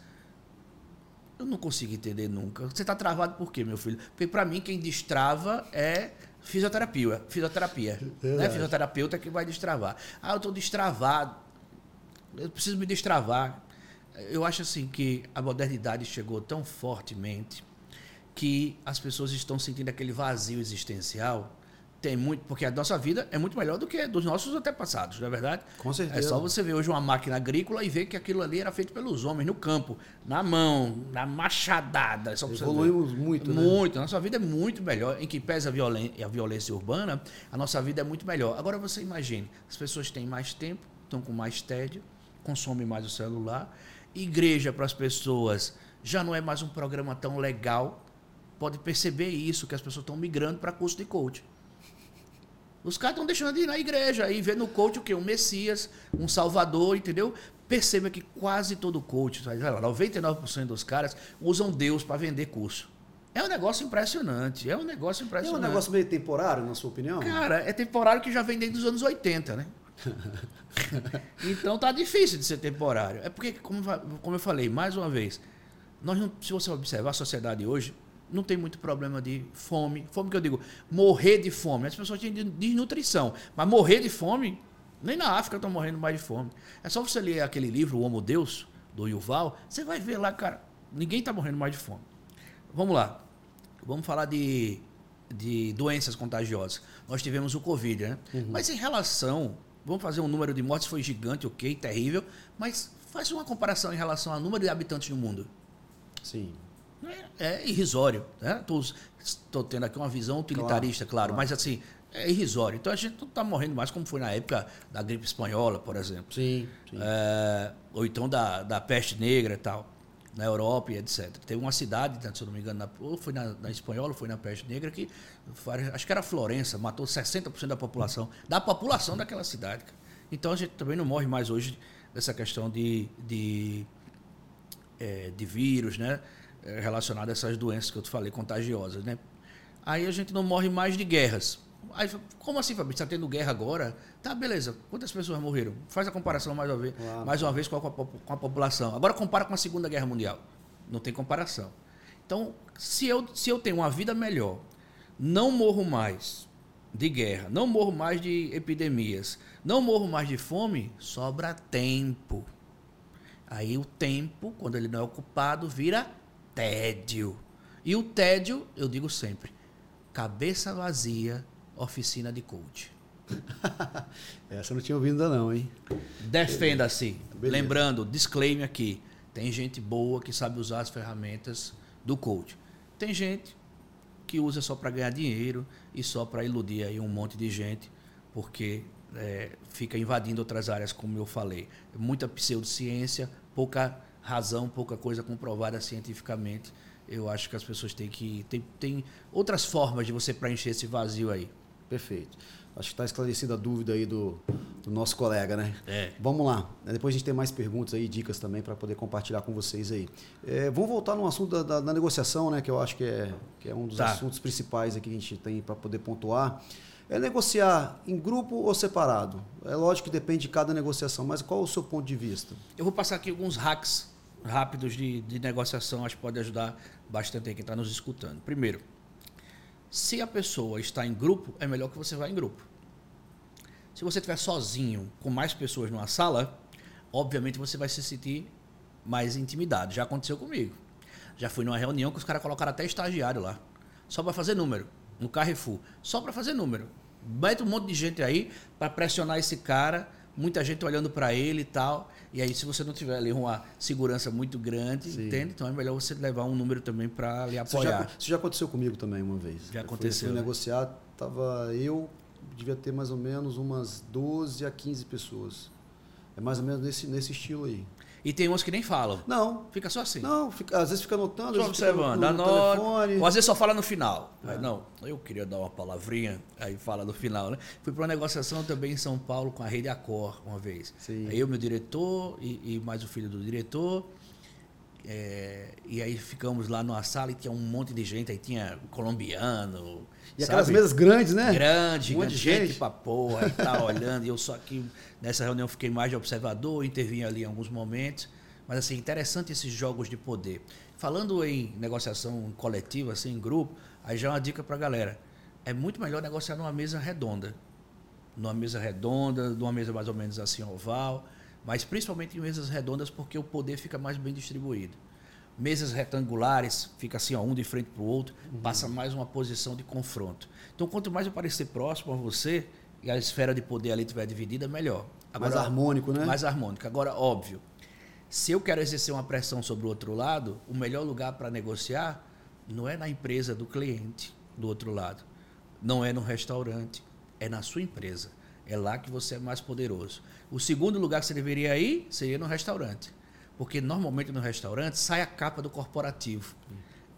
Eu não consigo entender nunca. Você está travado por quê, meu filho? Porque, para mim, quem destrava é fisioterapia. Não é fisioterapeuta que vai destravar. Ah, eu estou destravado. Eu preciso me destravar. Eu acho assim que a modernidade chegou tão fortemente que as pessoas estão sentindo aquele vazio existencial. Tem muito, porque a nossa vida é muito melhor do que dos nossos antepassados, não é verdade? Com certeza. É só você ver hoje uma máquina agrícola e ver que aquilo ali era feito pelos homens no campo, na mão, na machadada. Evoluímos muito, né? Muito. A nossa vida é muito melhor. Em que pesa a violência urbana, a nossa vida é muito melhor. Agora você imagine, as pessoas têm mais tempo, estão com mais tédio, consomem mais o celular. Igreja para as pessoas já não é mais um programa tão legal. Pode perceber isso, que as pessoas estão migrando para curso de coach. Os caras estão deixando de ir na igreja e ver no coach o quê? Um Messias, um Salvador, entendeu? Perceba que quase todo coach, 99% dos caras usam Deus para vender curso. É um negócio impressionante, É um negócio meio temporário, na sua opinião? Cara, é temporário que já vem desde os anos 80, né? Então tá difícil de ser temporário. É porque, como eu falei, mais uma vez, se você observar a sociedade hoje, não tem muito problema de fome. Fome que eu digo, morrer de fome. As pessoas têm desnutrição, mas morrer de fome, nem na África estão morrendo mais de fome. É só você ler aquele livro, O Homo Deus, do Yuval, você vai ver lá, cara, ninguém está morrendo mais de fome. Vamos lá. Vamos falar de doenças contagiosas. Nós tivemos o Covid, né? Mas em relação... Vamos fazer um número de mortes, foi gigante, ok, terrível, mas faz uma comparação em relação ao número de habitantes no mundo. Sim. É irrisório. Né? Estou tendo aqui uma visão utilitarista, claro, mas assim, é irrisório. Então a gente não está morrendo mais como foi na época da gripe espanhola, por exemplo. Sim. Ou então da peste negra e tal, na Europa e etc. Teve uma cidade, se eu não me engano, ou foi na espanhola ou foi na peste negra, que acho que era Florença, matou 60% da população daquela cidade. Cara. Então a gente também não morre mais hoje dessa questão de vírus, né? Relacionado a essas doenças que eu te falei, contagiosas, né? Aí a gente não morre mais de guerras. Aí, como assim, Fabrício? Está tendo guerra agora? Tá, beleza. Quantas pessoas morreram? Faz a comparação mais uma vez com a população. Agora compara com a Segunda Guerra Mundial. Não tem comparação. Então, se eu tenho uma vida melhor, não morro mais de guerra, não morro mais de epidemias, não morro mais de fome, sobra tempo. Aí o tempo, quando ele não é ocupado, vira tédio. E o tédio, eu digo sempre, cabeça vazia, oficina de coach. Essa eu não tinha ouvido ainda não, hein? Defenda-se. Lembrando, disclaimer aqui, tem gente boa que sabe usar as ferramentas do coach. Tem gente que usa só para ganhar dinheiro e só para iludir aí um monte de gente, porque fica invadindo outras áreas, como eu falei. Muita pseudociência, pouca razão, pouca coisa comprovada cientificamente. Eu acho que as pessoas têm que... Tem outras formas de você preencher esse vazio aí. Perfeito. Acho que está esclarecida a dúvida aí do nosso colega, né? Vamos lá. Depois a gente tem mais perguntas aí, dicas também para poder compartilhar com vocês aí. Vamos voltar no assunto da negociação, né? Que eu acho que é um dos assuntos principais aqui que a gente tem para poder pontuar. É negociar em grupo ou separado? É lógico que depende de cada negociação, mas qual é o seu ponto de vista? Eu vou passar aqui alguns hacks rápidos de negociação, acho que pode ajudar bastante aí quem está nos escutando. Primeiro, se a pessoa está em grupo, é melhor que você vá em grupo. Se você estiver sozinho, com mais pessoas numa sala, obviamente você vai se sentir mais intimidado. Já aconteceu comigo. Já fui numa reunião que os caras colocaram até estagiário lá, só para fazer número, no Carrefour, só para fazer número. Mete um monte de gente aí para pressionar esse cara, muita gente olhando para ele e tal. E aí, se você não tiver ali uma segurança muito grande, entende? Então é melhor você levar um número também para lhe apoiar. Isso já aconteceu comigo também uma vez. Já aconteceu. Fui negociar, devia ter mais ou menos umas 12 a 15 pessoas. É mais ou menos nesse estilo aí. E tem uns que nem falam. Não. Fica só assim. Não, às vezes fica anotando. Só observando, anota. Ou às vezes só fala no final. Aí, não, eu queria dar uma palavrinha, aí fala no final, né? Fui para uma negociação também em São Paulo com a Rede Accor uma vez. Sim. Aí eu, meu diretor e mais o filho do diretor. E aí ficamos lá numa sala e tinha um monte de gente. Aí tinha colombiano. E aquelas mesas grandes, né? Grande, gente pra porra, e tá olhando. E eu só que nessa reunião fiquei mais de observador, intervim ali em alguns momentos. Mas assim, interessante esses jogos de poder. Falando em negociação coletiva, assim, em grupo, aí já é uma dica pra galera. É muito melhor negociar numa mesa redonda. Numa mesa mais ou menos assim, oval. Mas principalmente em mesas redondas, porque o poder fica mais bem distribuído. Mesas retangulares, fica assim, ó, um de frente para o outro, passa mais uma posição de confronto. Então, quanto mais eu parecer próximo a você e a esfera de poder ali estiver dividida, melhor. Agora, mais harmônico, né? Mais harmônico. Agora, óbvio, se eu quero exercer uma pressão sobre o outro lado, o melhor lugar para negociar não é na empresa do cliente do outro lado, não é no restaurante, é na sua empresa. É lá que você é mais poderoso. O segundo lugar que você deveria ir seria no restaurante. Porque normalmente no restaurante sai a capa do corporativo.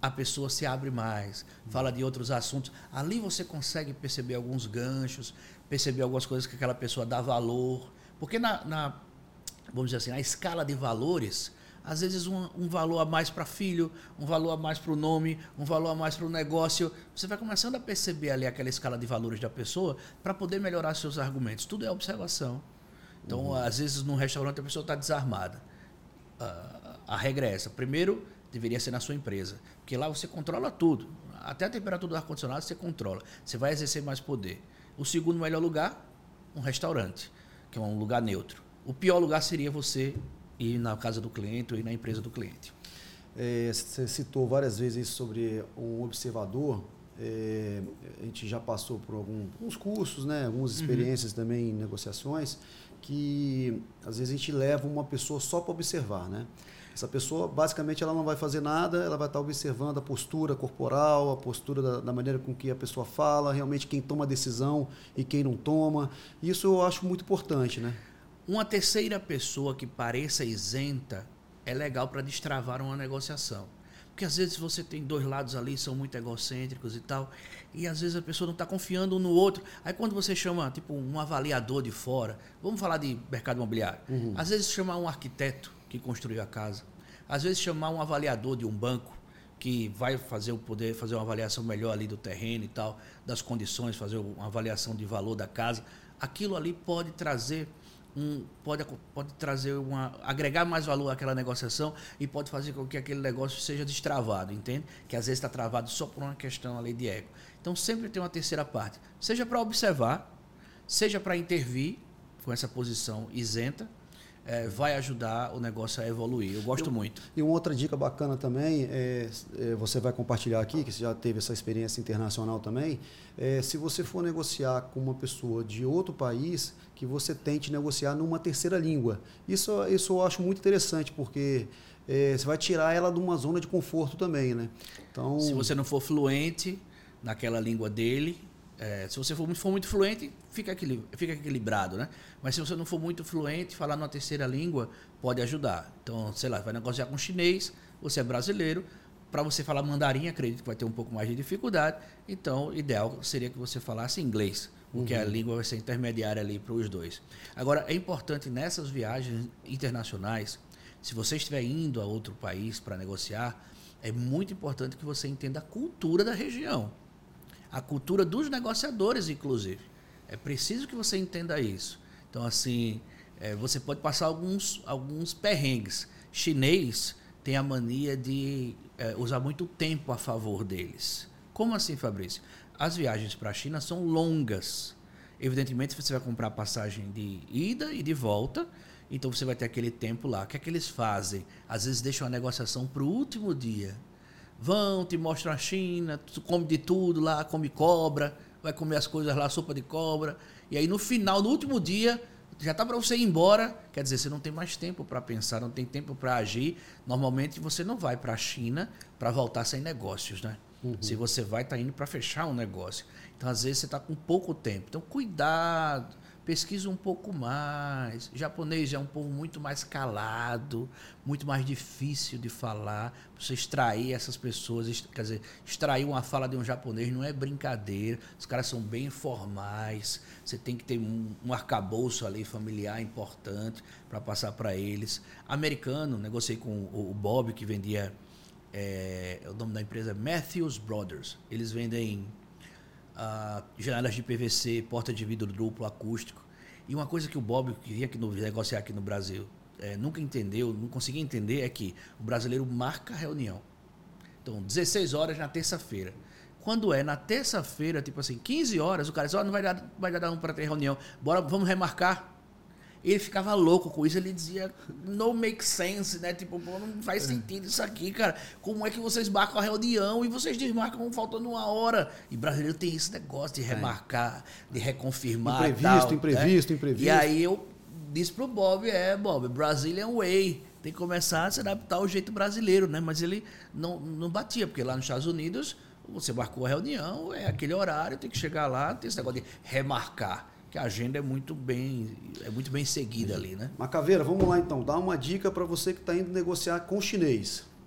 a pessoa se abre mais, fala de outros assuntos. Ali você consegue perceber alguns ganchos, perceber algumas coisas que aquela pessoa dá valor. Porque vamos dizer assim, na escala de valores, às vezes um valor a mais para filho, um valor a mais para o nome, um valor a mais para o negócio. Você vai começando a perceber ali aquela escala de valores da pessoa para poder melhorar seus argumentos. Tudo é observação. Então, às vezes, num restaurante, a pessoa está desarmada. A regra é essa. Primeiro, deveria ser na sua empresa. Porque lá você controla tudo. Até a temperatura do ar-condicionado você controla. Você vai exercer mais poder. O segundo melhor lugar, um restaurante, que é um lugar neutro. O pior lugar seria você ir na casa do cliente ou ir na empresa do cliente. Você citou várias vezes sobre um observador. A gente já passou por alguns cursos, né? Algumas experiências também em negociações, que às vezes a gente leva uma pessoa só para observar, né? Essa pessoa, basicamente, ela não vai fazer nada, ela vai estar observando a postura corporal, a postura da maneira com que a pessoa fala, realmente quem toma a decisão e quem não toma. Isso eu acho muito importante, né? Uma terceira pessoa que pareça isenta é legal para destravar uma negociação. Porque às vezes você tem dois lados ali, são muito egocêntricos e tal, e às vezes a pessoa não está confiando um no outro. Aí quando você chama tipo um avaliador de fora, vamos falar de mercado imobiliário, às vezes chamar um arquiteto que construiu a casa, às vezes chamar um avaliador de um banco que vai poder fazer uma avaliação melhor ali do terreno e tal, das condições, fazer uma avaliação de valor da casa, aquilo ali pode trazer agregar mais valor àquela negociação e pode fazer com que aquele negócio seja destravado, entende? Que às vezes está travado só por uma questão ali de ego. Então sempre tem uma terceira parte, seja para observar, seja para intervir com essa posição isenta, vai ajudar o negócio a evoluir. Eu gosto muito. E uma outra dica bacana também, você vai compartilhar aqui, que você já teve essa experiência internacional também, se você for negociar com uma pessoa de outro país, que você tente negociar numa terceira língua. Isso eu acho muito interessante, porque você vai tirar ela de uma zona de conforto também, né? Então, se você não for fluente naquela língua dele, se você for muito fluente, fica equilibrado, né? Mas se você não for muito fluente, falar numa terceira língua pode ajudar. Então, sei lá, vai negociar com chinês, você é brasileiro, para você falar mandarim, acredito que vai ter um pouco mais de dificuldade. Então, o ideal seria que você falasse inglês, porque a língua vai ser intermediária ali para os dois. Agora, é importante nessas viagens internacionais, se você estiver indo a outro país para negociar, é muito importante que você entenda a cultura da região. A cultura dos negociadores, inclusive. É preciso que você entenda isso. Então, assim, você pode passar alguns perrengues. Chinês tem a mania de usar muito tempo a favor deles. Como assim, Fabrício? As viagens para a China são longas. Evidentemente, você vai comprar passagem de ida e de volta, então você vai ter aquele tempo lá. O que é que eles fazem? Às vezes deixam a negociação para o último dia. Vão, te mostram a China, tu come de tudo lá, come cobra, vai comer as coisas lá, sopa de cobra. E aí no final, no último dia, já está para você ir embora. Quer dizer, você não tem mais tempo para pensar, não tem tempo para agir. Normalmente você não vai para a China para voltar sem negócios, né? Se você vai, está indo para fechar um negócio. Então, às vezes, você está com pouco tempo. Então, cuidado, pesquisa um pouco mais. O japonês é um povo muito mais calado, muito mais difícil de falar. Você extrair essas pessoas, quer dizer, extrair uma fala de um japonês não é brincadeira. Os caras são bem formais. Você tem que ter um arcabouço ali familiar importante para passar para eles. Americano, negociei com o Bob, que vendia... o nome da empresa é Matthews Brothers. Eles vendem janelas de PVC, porta de vidro duplo, acústico. E uma coisa que o Bob queria negociar aqui no Brasil nunca entendeu, não conseguia entender, é que o brasileiro marca a reunião. Então, 16 horas na terça-feira. Quando é na terça-feira, tipo assim, 15 horas, o cara diz, não vai dar para ter reunião, vamos remarcar. Ele ficava louco com isso, ele dizia, no make sense, né? Tipo, não faz sentido isso aqui, cara. Como é que vocês marcam a reunião e vocês desmarcam faltando uma hora? E brasileiro tem esse negócio de remarcar, de reconfirmar. Imprevisto. E aí eu disse pro Bob, Brazilian way. Tem que começar a se adaptar ao jeito brasileiro, né? Mas ele não batia, porque lá nos Estados Unidos, você marcou a reunião, é aquele horário, tem que chegar lá, tem esse negócio de remarcar. Que a agenda é muito bem seguida ali, né? Macaveira, vamos lá então. Dá uma dica para você que está indo negociar com o chinês.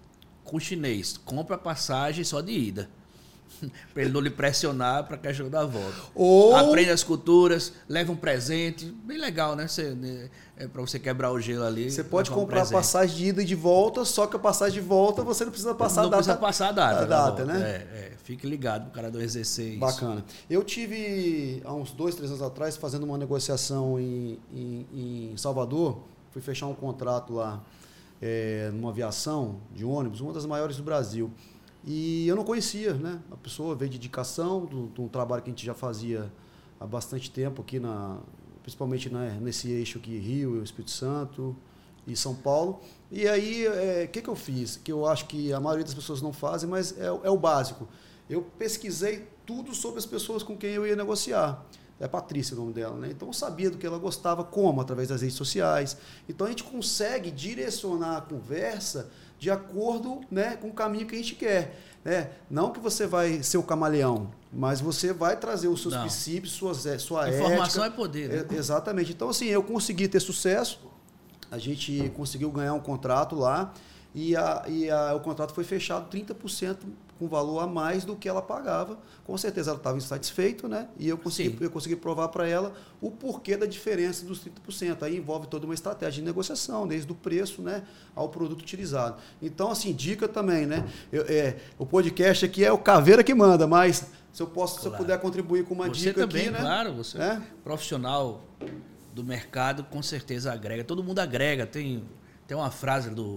com o chinês, compra passagem só de ida. Para ele não lhe pressionar para a questão da volta. Ou... Aprende as culturas, leva um presente. Bem legal, né? Para você quebrar o gelo ali. Você pode comprar passagem de ida e de volta, só que a passagem de volta você não precisa passar a data. Não precisa passar a data, né? Fique ligado, o cara do exercer isso. Bacana. Eu tive, há uns 2, 3 anos atrás, fazendo uma negociação em Salvador. Fui fechar um contrato lá numa aviação de ônibus, uma das maiores do Brasil. E eu não conhecia, né? A pessoa veio de indicação, de um trabalho que a gente já fazia há bastante tempo aqui, principalmente nesse eixo aqui, Rio, Espírito Santo e São Paulo. E aí, o que eu fiz? Que eu acho que a maioria das pessoas não fazem, mas é o básico. Eu pesquisei tudo sobre as pessoas com quem eu ia negociar. É Patrícia o nome dela, né? Então eu sabia do que ela gostava, como? Através das redes sociais. Então a gente consegue direcionar a conversa de acordo, né, com o caminho que a gente quer. Né? Não que você vai ser o camaleão, mas você vai trazer os seus princípios, sua ética. Informação é poder. Né? Exatamente. Então, assim, eu consegui ter sucesso, a gente conseguiu ganhar um contrato lá e o contrato foi fechado 30% com valor a mais do que ela pagava. Com certeza ela estava insatisfeita, né? E eu consegui provar para ela o porquê da diferença dos 30%. Aí envolve toda uma estratégia de negociação, desde o preço, né, ao produto utilizado. Então, assim, dica também, né? O podcast aqui é o Caveira que manda, mas se eu puder contribuir com uma dica também, aqui, né? Claro, você é profissional do mercado, com certeza agrega. Todo mundo agrega. Tem uma frase do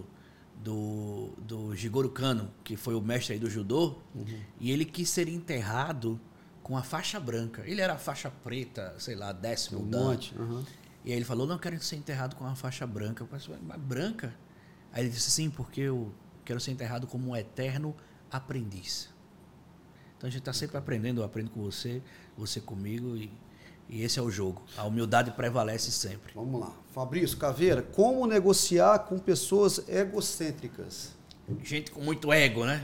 Jigoro Kano, que foi o mestre aí do judô, e ele quis ser enterrado com a faixa branca. Ele era faixa preta, sei lá, 10º dan. E aí ele falou, não, eu quero ser enterrado com uma faixa branca. Eu pensei, mas branca? Aí ele disse, sim, porque eu quero ser enterrado como um eterno aprendiz. Então a gente está sempre aprendendo, eu aprendo com você comigo, e esse é o jogo. A humildade prevalece sempre. Vamos lá. Fabrício Caveira, como negociar com pessoas egocêntricas? Gente com muito ego, né?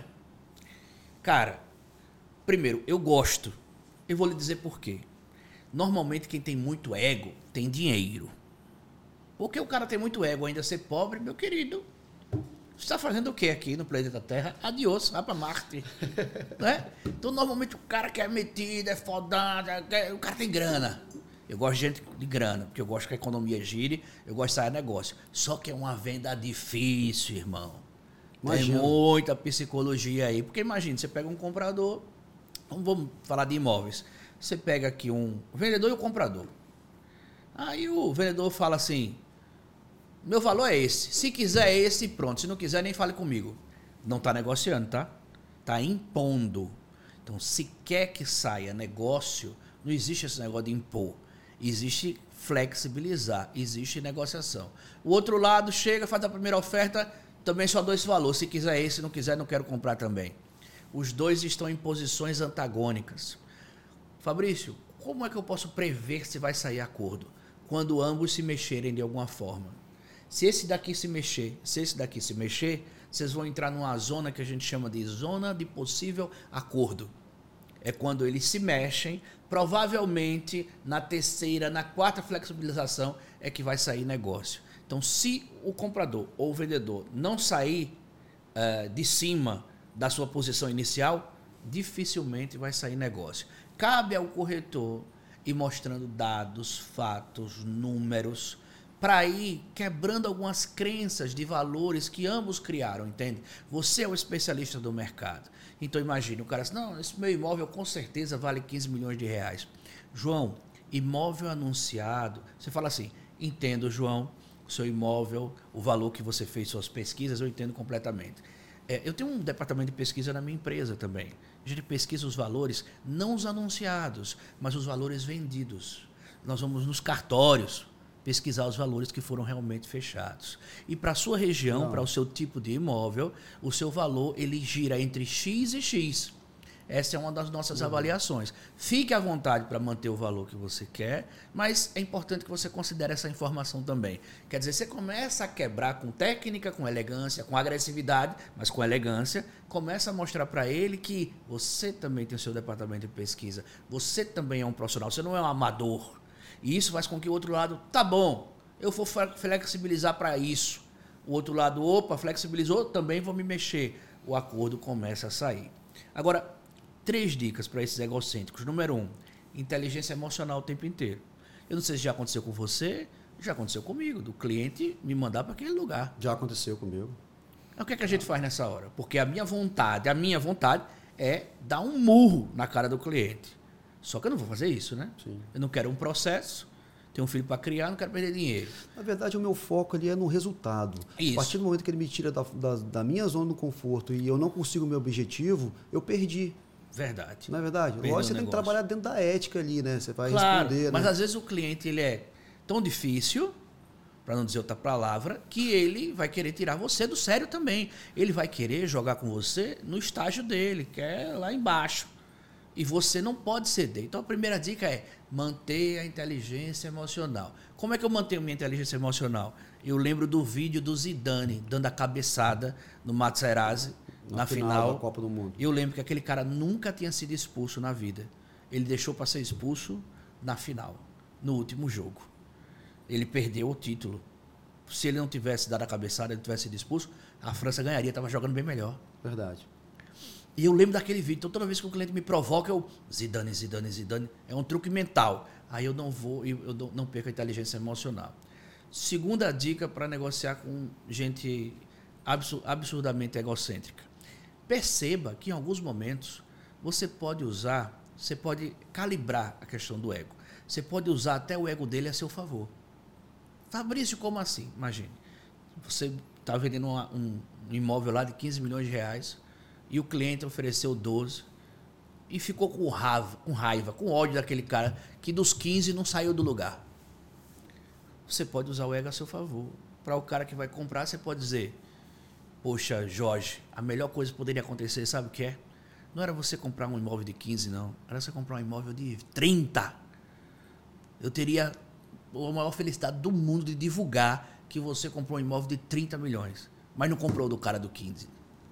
Cara, primeiro, eu gosto. Eu vou lhe dizer por quê. Normalmente quem tem muito ego tem dinheiro. Porque o cara tem muito ego, ainda ser pobre, meu querido. Você está fazendo o quê aqui no planeta Terra? Adiós, vai para Marte. Né? Então, normalmente, o cara que é metido, é fodado, o cara tem grana. Eu gosto de gente de grana, porque eu gosto que a economia gire, eu gosto de sair negócio. Só que é uma venda difícil, irmão. Imagina. Tem muita psicologia aí. Porque imagina, você pega um comprador, vamos falar de imóveis. Você pega aqui o vendedor e o comprador. Aí o vendedor fala assim, meu valor é esse. Se quiser é esse, pronto. Se não quiser, nem fale comigo. Não está negociando, tá? Está impondo. Então, se quer que saia negócio, não existe esse negócio de impor. Existe flexibilizar, existe negociação. O outro lado chega, faz a primeira oferta, também só dou esse valor. Se quiser esse, se não quiser, não quero comprar também. Os dois estão em posições antagônicas. Fabrício, como é que eu posso prever se vai sair acordo? Quando ambos se mexerem de alguma forma. Se esse daqui se mexer, vocês vão entrar numa zona que a gente chama de zona de possível acordo. É quando eles se mexem, provavelmente na terceira, na quarta flexibilização é que vai sair negócio. Então, se o comprador ou o vendedor não sair de cima da sua posição inicial, dificilmente vai sair negócio. Cabe ao corretor ir mostrando dados, fatos, números, para ir quebrando algumas crenças de valores que ambos criaram, entende? Você é o especialista do mercado. Então imagine, o cara diz, não, esse meu imóvel com certeza vale 15 milhões de reais. João, imóvel anunciado, você fala assim, entendo, João, o seu imóvel, o valor que você fez suas pesquisas, eu entendo completamente. Eu tenho um departamento de pesquisa na minha empresa também. A gente pesquisa os valores, não os anunciados, mas os valores vendidos. Nós vamos nos cartórios pesquisar os valores que foram realmente fechados. E para a sua região, para o seu tipo de imóvel, o seu valor ele gira entre X e X. Essa é uma das nossas avaliações. Fique à vontade para manter o valor que você quer, mas é importante que você considere essa informação também. Quer dizer, você começa a quebrar com técnica, com elegância, com agressividade, mas com elegância, começa a mostrar para ele que você também tem o seu departamento de pesquisa, você também é um profissional, você não é um amador. E isso faz com que o outro lado, tá bom, eu vou flexibilizar para isso. O outro lado, opa, flexibilizou, também vou me mexer. o acordo começa a sair. Agora, 3 dicas para esses egocêntricos. Número 1, inteligência emocional o tempo inteiro. Eu não sei se já aconteceu com você, já aconteceu comigo, do cliente me mandar para aquele lugar. Já aconteceu comigo. O que é que a gente faz nessa hora? Porque a minha vontade é dar um murro na cara do cliente. Só que eu não vou fazer isso, né? Sim. Eu não quero um processo, tenho um filho para criar, não quero perder dinheiro. Na verdade, o meu foco ali é no resultado. Isso. A partir do momento que ele me tira da minha zona do conforto e eu não consigo o meu objetivo, eu perdi. Verdade. Não é verdade? Perdeu Lógico, você o tem que negócio. trabalhar dentro da ética ali, né? Você vai Claro, responder, mas né? às vezes o cliente ele é tão difícil, para não dizer outra palavra, que ele vai querer tirar você do sério também. Ele vai querer jogar com você no estágio dele, que é lá embaixo. E você não pode ceder. Então a primeira dica é manter a inteligência emocional. Como é que eu mantenho minha inteligência emocional? Eu lembro do vídeo do Zidane dando a cabeçada no Materazzi na final da Copa do Mundo. Eu lembro que aquele cara nunca tinha sido expulso na vida. Ele deixou para ser expulso na final, no último jogo. Ele perdeu o título. Se ele não tivesse dado a cabeçada, ele tivesse sido expulso, a França ganharia, estava jogando bem melhor. Verdade. E eu lembro daquele vídeo. Então, toda vez que o cliente me provoca, eu... Zidane, Zidane, Zidane. É um truque mental. Aí eu não perco a inteligência emocional. Segunda dica para negociar com gente absurdamente egocêntrica. Perceba que em alguns momentos você pode calibrar a questão do ego. Você pode usar até o ego dele a seu favor. Fabrício, como assim? Imagine. Você está vendendo um imóvel lá de 15 milhões de reais e o cliente ofereceu 12 e ficou com raiva, com ódio daquele cara que dos 15 não saiu do lugar. Você pode usar o ego a seu favor. Para o cara que vai comprar, você pode dizer: poxa, Jorge, a melhor coisa que poderia acontecer, sabe o que é? Não era você comprar um imóvel de 15, não. Era você comprar um imóvel de 30. Eu teria a maior felicidade do mundo de divulgar que você comprou um imóvel de 30 milhões, mas não comprou do cara do 15.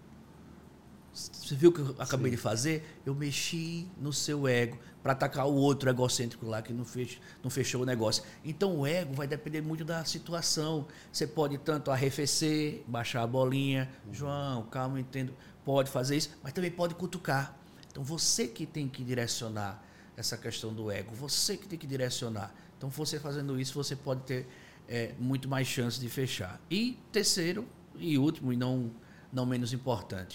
Você viu o que eu acabei de fazer? Eu mexi no seu ego para atacar o outro egocêntrico lá que não fechou o negócio. Então o ego vai depender muito da situação. Você pode tanto arrefecer, baixar a bolinha. João, calma, eu entendo. Pode fazer isso, mas também pode cutucar. Então você que tem que direcionar essa questão do ego. Você que tem que direcionar. Então você fazendo isso, você pode ter muito mais chance de fechar. E terceiro e último, e não menos importante.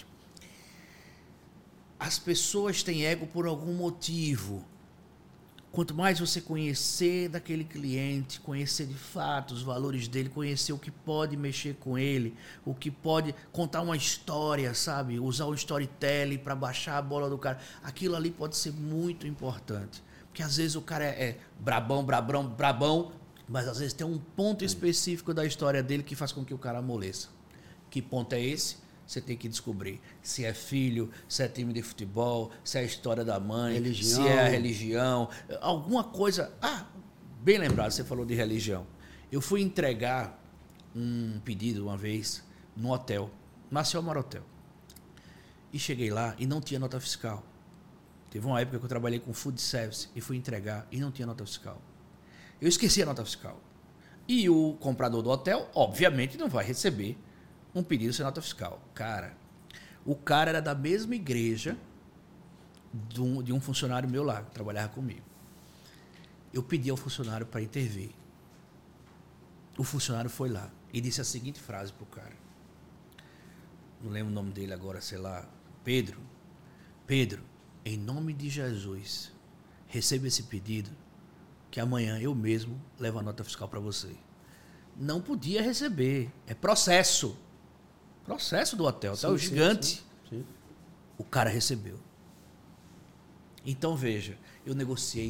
As pessoas têm ego por algum motivo. Quanto mais você conhecer daquele cliente, conhecer de fato os valores dele, conhecer o que pode mexer com ele, o que pode contar uma história, sabe? Usar o storytelling para baixar a bola do cara. Aquilo ali pode ser muito importante. Porque às vezes o cara é brabão, mas às vezes tem um ponto específico da história dele que faz com que o cara amoleça. Que ponto é esse? Você tem que descobrir se é filho, se é time de futebol, se é a história da mãe, religião. Se é a religião, alguma coisa. Bem lembrado, você falou de religião. Eu fui entregar um pedido uma vez no hotel, Maceió Hotel. E cheguei lá e não tinha nota fiscal. Teve uma época que eu trabalhei com food service e fui entregar e não tinha nota fiscal. Eu esqueci a nota fiscal. E o comprador do hotel, obviamente, não vai receber um pedido sem nota fiscal. O cara era da mesma igreja de um funcionário meu lá, que trabalhava comigo. Eu pedi ao funcionário para intervir. O funcionário foi lá e disse a seguinte frase pro cara. Não lembro o nome dele agora, sei lá. Pedro, em nome de Jesus, receba esse pedido que amanhã eu mesmo levo a nota fiscal para você. Não podia receber. É processo. Processo do hotel. Hotel gigante. Sim. O cara recebeu. Então, veja, eu negociei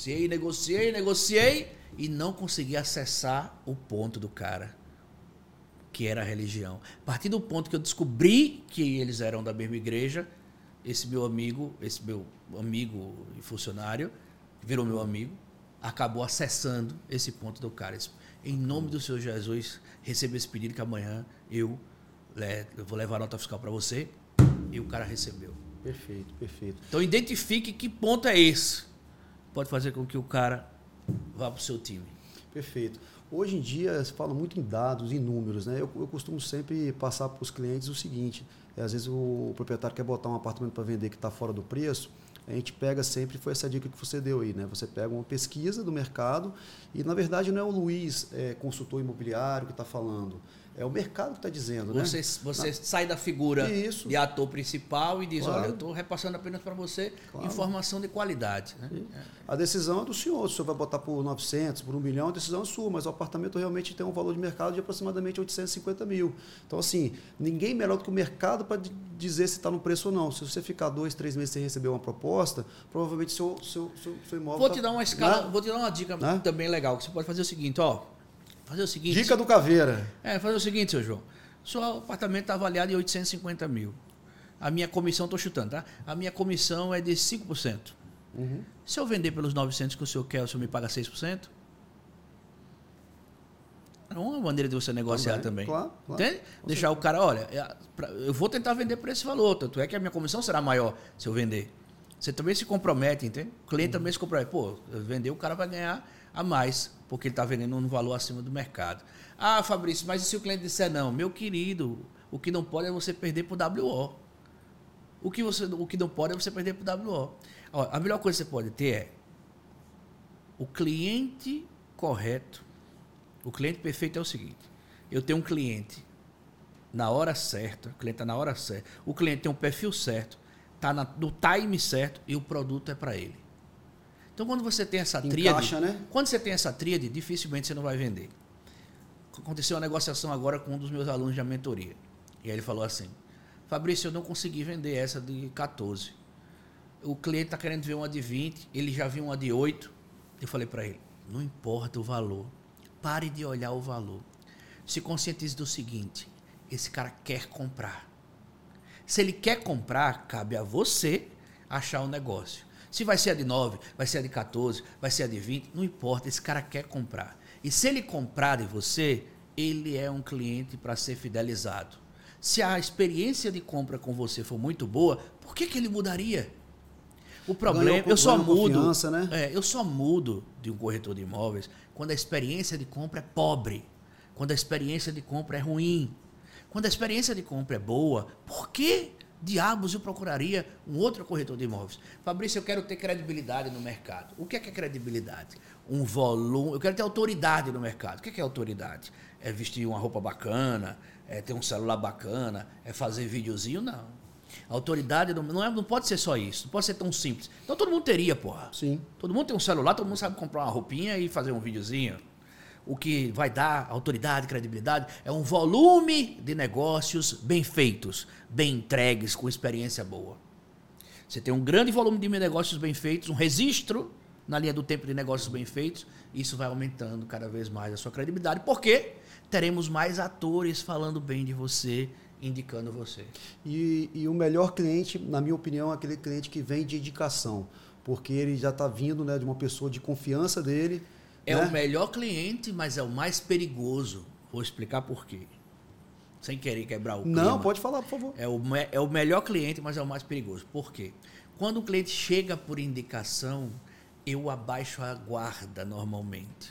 e não consegui acessar o ponto do cara, que era a religião. A partir do ponto que eu descobri que eles eram da mesma igreja, esse meu amigo e funcionário, que virou meu amigo, acabou acessando esse ponto do cara. Em nome do Senhor Jesus, receba esse pedido que amanhã eu vou levar a nota fiscal para você. E o cara recebeu. Perfeito. Então identifique que ponto é esse. Pode fazer com que o cara vá para o seu time. Perfeito. Hoje em dia se fala muito em dados, em números, né? Eu costumo sempre passar para os clientes o seguinte, às vezes o proprietário quer botar um apartamento para vender que está fora do preço, a gente pega sempre, foi essa dica que você deu aí, né? Você pega uma pesquisa do mercado e, na verdade, não é o Luiz, consultor imobiliário, que está falando. É o mercado que está dizendo, né? Você sai da figura Isso. de ator principal e diz, Claro. olha, eu estou repassando apenas para você Claro. informação de qualidade. Né? A decisão é do senhor. Se o senhor vai botar por 900, por 1 milhão, a decisão é sua, mas o apartamento realmente tem um valor de mercado de aproximadamente 850 mil. Então, assim, ninguém melhor do que o mercado para dizer se está no preço ou não. Se você ficar 2, 3 meses sem receber uma proposta, provavelmente seu imóvel... Vou te dar uma escala, né? vou te dar uma dica Né? também legal, que você pode fazer o seguinte, ó. Fazer o seguinte. Dica do Caveira. Fazer o seguinte, seu João. Seu apartamento está avaliado em 850 mil. A minha comissão, estou chutando, tá? A minha comissão é de 5%. Uhum. Se eu vender pelos 900 que o senhor quer, o senhor me paga 6%? É uma maneira de você negociar também. Claro. Entende? Deixar o cara, olha, eu vou tentar vender por esse valor, tanto é que a minha comissão será maior se eu vender. Você também se compromete, entende? O cliente também se compromete. Pô, vender, o cara vai ganhar a mais, porque ele está vendendo um valor acima do mercado. Ah, Fabrício, mas e se o cliente disser não? Meu querido, o que não pode é você perder por WO. O que não pode é você perder por WO. Ó, a melhor coisa que você pode ter é o cliente correto. O cliente perfeito é o seguinte: eu tenho um cliente na hora certa, o cliente está na hora certa, o cliente tem um perfil certo, está no time certo e o produto é para ele. Então, quando você tem essa tríade, Encaixa, né? quando você tem essa tríade, dificilmente você não vai vender. Aconteceu uma negociação agora com um dos meus alunos de mentoria. E aí ele falou assim: Fabrício, eu não consegui vender essa de 14. O cliente está querendo ver uma de 20, ele já viu uma de 8. Eu falei para ele: não importa o valor, pare de olhar o valor. Se conscientize do seguinte: esse cara quer comprar. Se ele quer comprar, cabe a você achar um negócio. Se vai ser a de 9, vai ser a de 14, vai ser a de 20, não importa, esse cara quer comprar. E se ele comprar de você, ele é um cliente para ser fidelizado. Se a experiência de compra com você for muito boa, por que ele mudaria? O problema, eu só mudo, né? Eu só mudo de um corretor de imóveis quando a experiência de compra é pobre, quando a experiência de compra é ruim. Quando a experiência de compra é boa, por que diabos eu procuraria um outro corretor de imóveis? Fabrício, eu quero ter credibilidade no mercado. O que é credibilidade? Um volume. Eu quero ter autoridade no mercado. O que é autoridade? É vestir uma roupa bacana, é ter um celular bacana, é fazer videozinho? Não. A autoridade não pode ser só isso, não pode ser tão simples. Então todo mundo teria, porra. Sim. Todo mundo tem um celular, todo mundo sabe comprar uma roupinha e fazer um videozinho. O que vai dar autoridade, credibilidade, é um volume de negócios bem feitos, bem entregues, com experiência boa. Você tem um grande volume de negócios bem feitos, um registro na linha do tempo de negócios bem feitos, isso vai aumentando cada vez mais a sua credibilidade, porque teremos mais atores falando bem de você, indicando você. E o melhor cliente, na minha opinião, é aquele cliente que vem de indicação, porque ele já está vindo, né, de uma pessoa de confiança dele. É, né? O melhor cliente, mas é o mais perigoso. Vou explicar por quê. Sem querer quebrar o clima. Não, pode falar, por favor. É o melhor cliente, mas é o mais perigoso. Por quê? Quando o cliente chega por indicação, eu abaixo a guarda normalmente.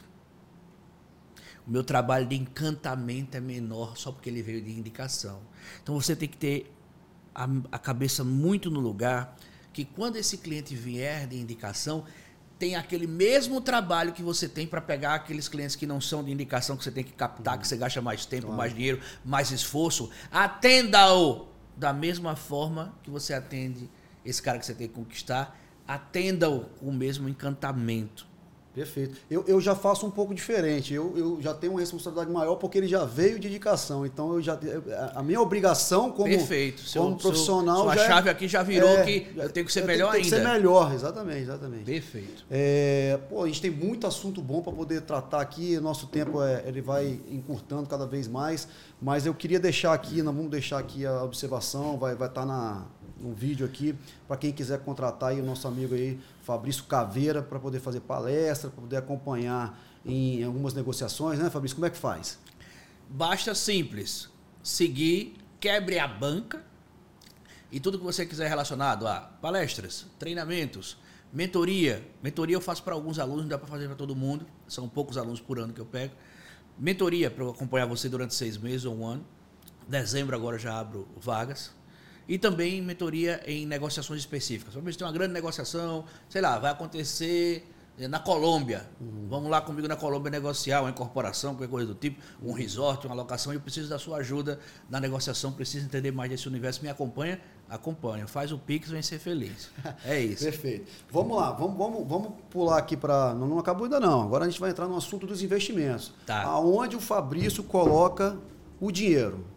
O meu trabalho de encantamento é menor só porque ele veio de indicação. Então você tem que ter a cabeça muito no lugar, que quando esse cliente vier de indicação, tem aquele mesmo trabalho que você tem para pegar aqueles clientes que não são de indicação, que você tem que captar, que você gasta mais tempo, mais dinheiro, mais esforço. Atenda-o da mesma forma que você atende esse cara que você tem que conquistar. Atenda-o com o mesmo encantamento. Perfeito. Eu já faço um pouco diferente. Eu já tenho uma responsabilidade maior porque ele já veio de indicação. Então, a minha obrigação como, Perfeito. como profissional... Sua chave aqui já virou que eu tenho que ser melhor ainda. Tem que ser melhor, exatamente. Perfeito. A gente tem muito assunto bom para poder tratar aqui. Nosso tempo ele vai encurtando cada vez mais. Mas eu queria deixar aqui, nós vamos deixar aqui a observação, vai estar no vídeo aqui, para quem quiser contratar aí o nosso amigo aí, Fabrício Caveira, para poder fazer palestra, para poder acompanhar em algumas negociações, né, Fabrício? Como é que faz? Basta simples, seguir, quebre a banca e tudo que você quiser relacionado a palestras, treinamentos, Mentoria eu faço para alguns alunos, não dá para fazer para todo mundo, são poucos alunos por ano que eu pego. Mentoria para eu acompanhar você durante 6 meses ou um ano. Dezembro agora já abro vagas. E também mentoria em negociações específicas. Talvez tenha uma grande negociação, sei lá, vai acontecer na Colômbia. Vamos lá comigo na Colômbia negociar uma incorporação, qualquer coisa do tipo, um resort, uma locação, e eu preciso da sua ajuda na negociação, preciso entender mais desse universo. Me acompanha? Acompanha. Faz o Pix, vem ser feliz. É isso. Perfeito. Vamos lá, vamos pular aqui para... Não acabou ainda não. Agora a gente vai entrar no assunto dos investimentos. Tá. Aonde o Fabrício coloca o dinheiro?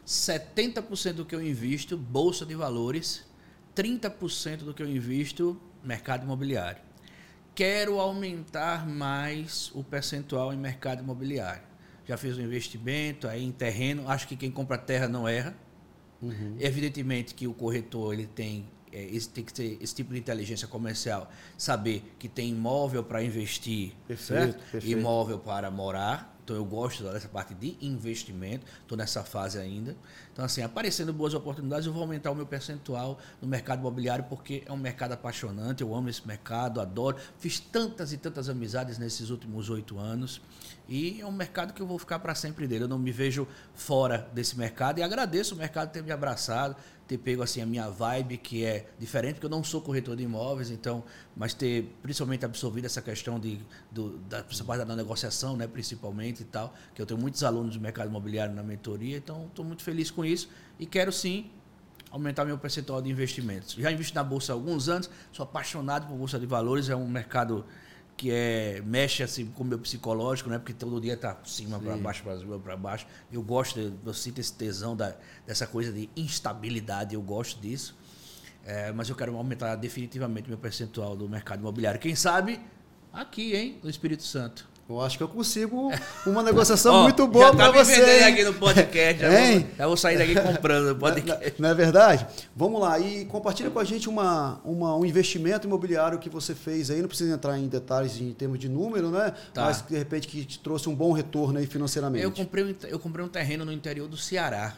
70% do que eu invisto, bolsa de valores, 30% do que eu invisto, mercado imobiliário. Quero aumentar mais o percentual em mercado imobiliário. Já fiz um investimento aí em terreno, acho que quem compra terra não erra. Evidentemente que o corretor ele tem que ter esse tipo de inteligência comercial, saber que tem imóvel para investir, certo? Imóvel para morar. Então eu gosto dessa parte de investimento, estou nessa fase ainda. Então assim, aparecendo boas oportunidades, eu vou aumentar o meu percentual no mercado imobiliário, porque é um mercado apaixonante, eu amo esse mercado, adoro. Fiz tantas e tantas amizades nesses últimos 8 anos e é um mercado que eu vou ficar para sempre dele. Eu não me vejo fora desse mercado e agradeço o mercado ter me abraçado, ter pego assim a minha vibe, que é diferente, porque eu não sou corretor de imóveis, então, mas ter principalmente absorvido essa questão dessa parte da negociação, né, principalmente e tal, que eu tenho muitos alunos do mercado imobiliário na mentoria, então estou muito feliz com isso e quero sim aumentar meu percentual de investimentos. Já invisto na Bolsa há alguns anos, sou apaixonado por Bolsa de Valores, é um mercado que mexe assim com o meu psicológico, né? Porque todo dia está cima para baixo, para cima para baixo. Eu gosto, eu sinto esse tesão dessa coisa de instabilidade, eu gosto disso. Mas eu quero aumentar definitivamente meu percentual do mercado imobiliário. Quem sabe aqui, hein, no Espírito Santo. Eu acho que eu consigo uma negociação muito boa para você. Já tá me vendendo aqui no podcast. Já vou sair daqui comprando o podcast. Não é verdade? Vamos lá. E compartilha com a gente um investimento imobiliário que você fez aí. Não precisa entrar em detalhes em termos de número, né? Tá. Mas, de repente, que te trouxe um bom retorno aí financeiramente. Eu comprei um terreno no interior do Ceará.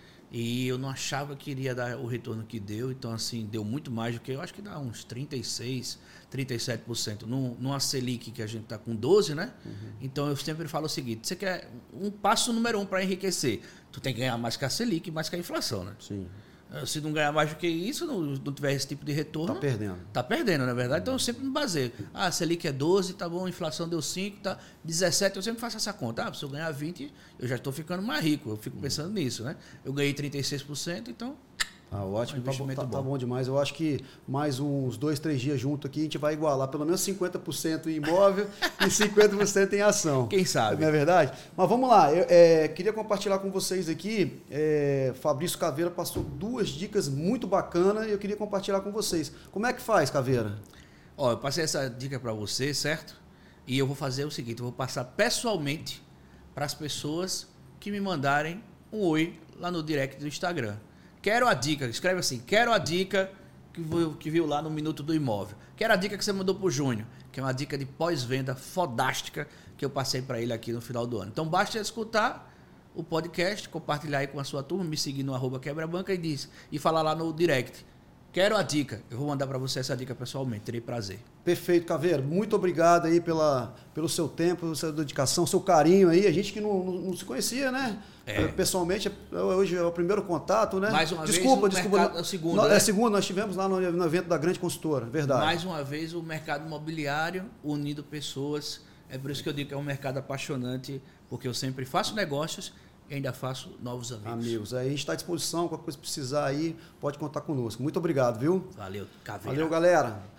E eu não achava que iria dar o retorno que deu. Então, assim, deu muito mais do que... Eu acho que dá uns 36%, 37%. Numa Selic que a gente está com 12%, né? Então, eu sempre falo o seguinte. Você quer um passo número 1 para enriquecer. Tu tem que ganhar mais que a Selic, mais que a inflação, né? Sim. Se não ganhar mais do que isso, não tiver esse tipo de retorno... Tá perdendo. Tá perdendo, na verdade. Então, eu sempre me baseio. A Selic é 12, tá bom, a inflação deu 5, tá 17, eu sempre faço essa conta. Se eu ganhar 20, eu já estou ficando mais rico. Eu fico pensando nisso, né? Eu ganhei 36%, então... Ótimo, tá bom demais. Eu acho que mais uns 2, 3 dias junto aqui, a gente vai igualar pelo menos 50% em imóvel e 50% em ação. Quem sabe? Não é verdade? Mas vamos lá, eu queria compartilhar com vocês aqui, Fabrício Caveira passou 2 dicas muito bacanas e eu queria compartilhar com vocês. Como é que faz, Caveira? Eu passei essa dica para você, certo? E eu vou fazer o seguinte, eu vou passar pessoalmente para as pessoas que me mandarem um oi lá no direct do Instagram. Quero a dica, escreve assim, quero a dica que viu lá no Minuto do Imóvel. Quero a dica que você mandou pro Júnior, que é uma dica de pós-venda fodástica que eu passei para ele aqui no final do ano. Então basta escutar o podcast, compartilhar aí com a sua turma, me seguir no @quebrabanca e falar lá no direct. Quero a dica. Eu vou mandar para você essa dica pessoalmente, terei prazer. Perfeito, Caveira. Muito obrigado aí pelo seu tempo, pela sua dedicação, seu carinho aí. A gente que não se conhecia, né? Pessoalmente, hoje é o primeiro contato, né? Mais uma vez, é o segundo. É segundo, nós tivemos lá no evento da grande consultora, verdade. Mais uma vez, o mercado imobiliário unindo pessoas. É por isso que eu digo que é um mercado apaixonante, porque eu sempre faço negócios e ainda faço novos amigos. Aí a gente está à disposição, qualquer coisa que precisar aí, pode contar conosco. Muito obrigado, viu? Valeu, Caveira. Valeu, galera.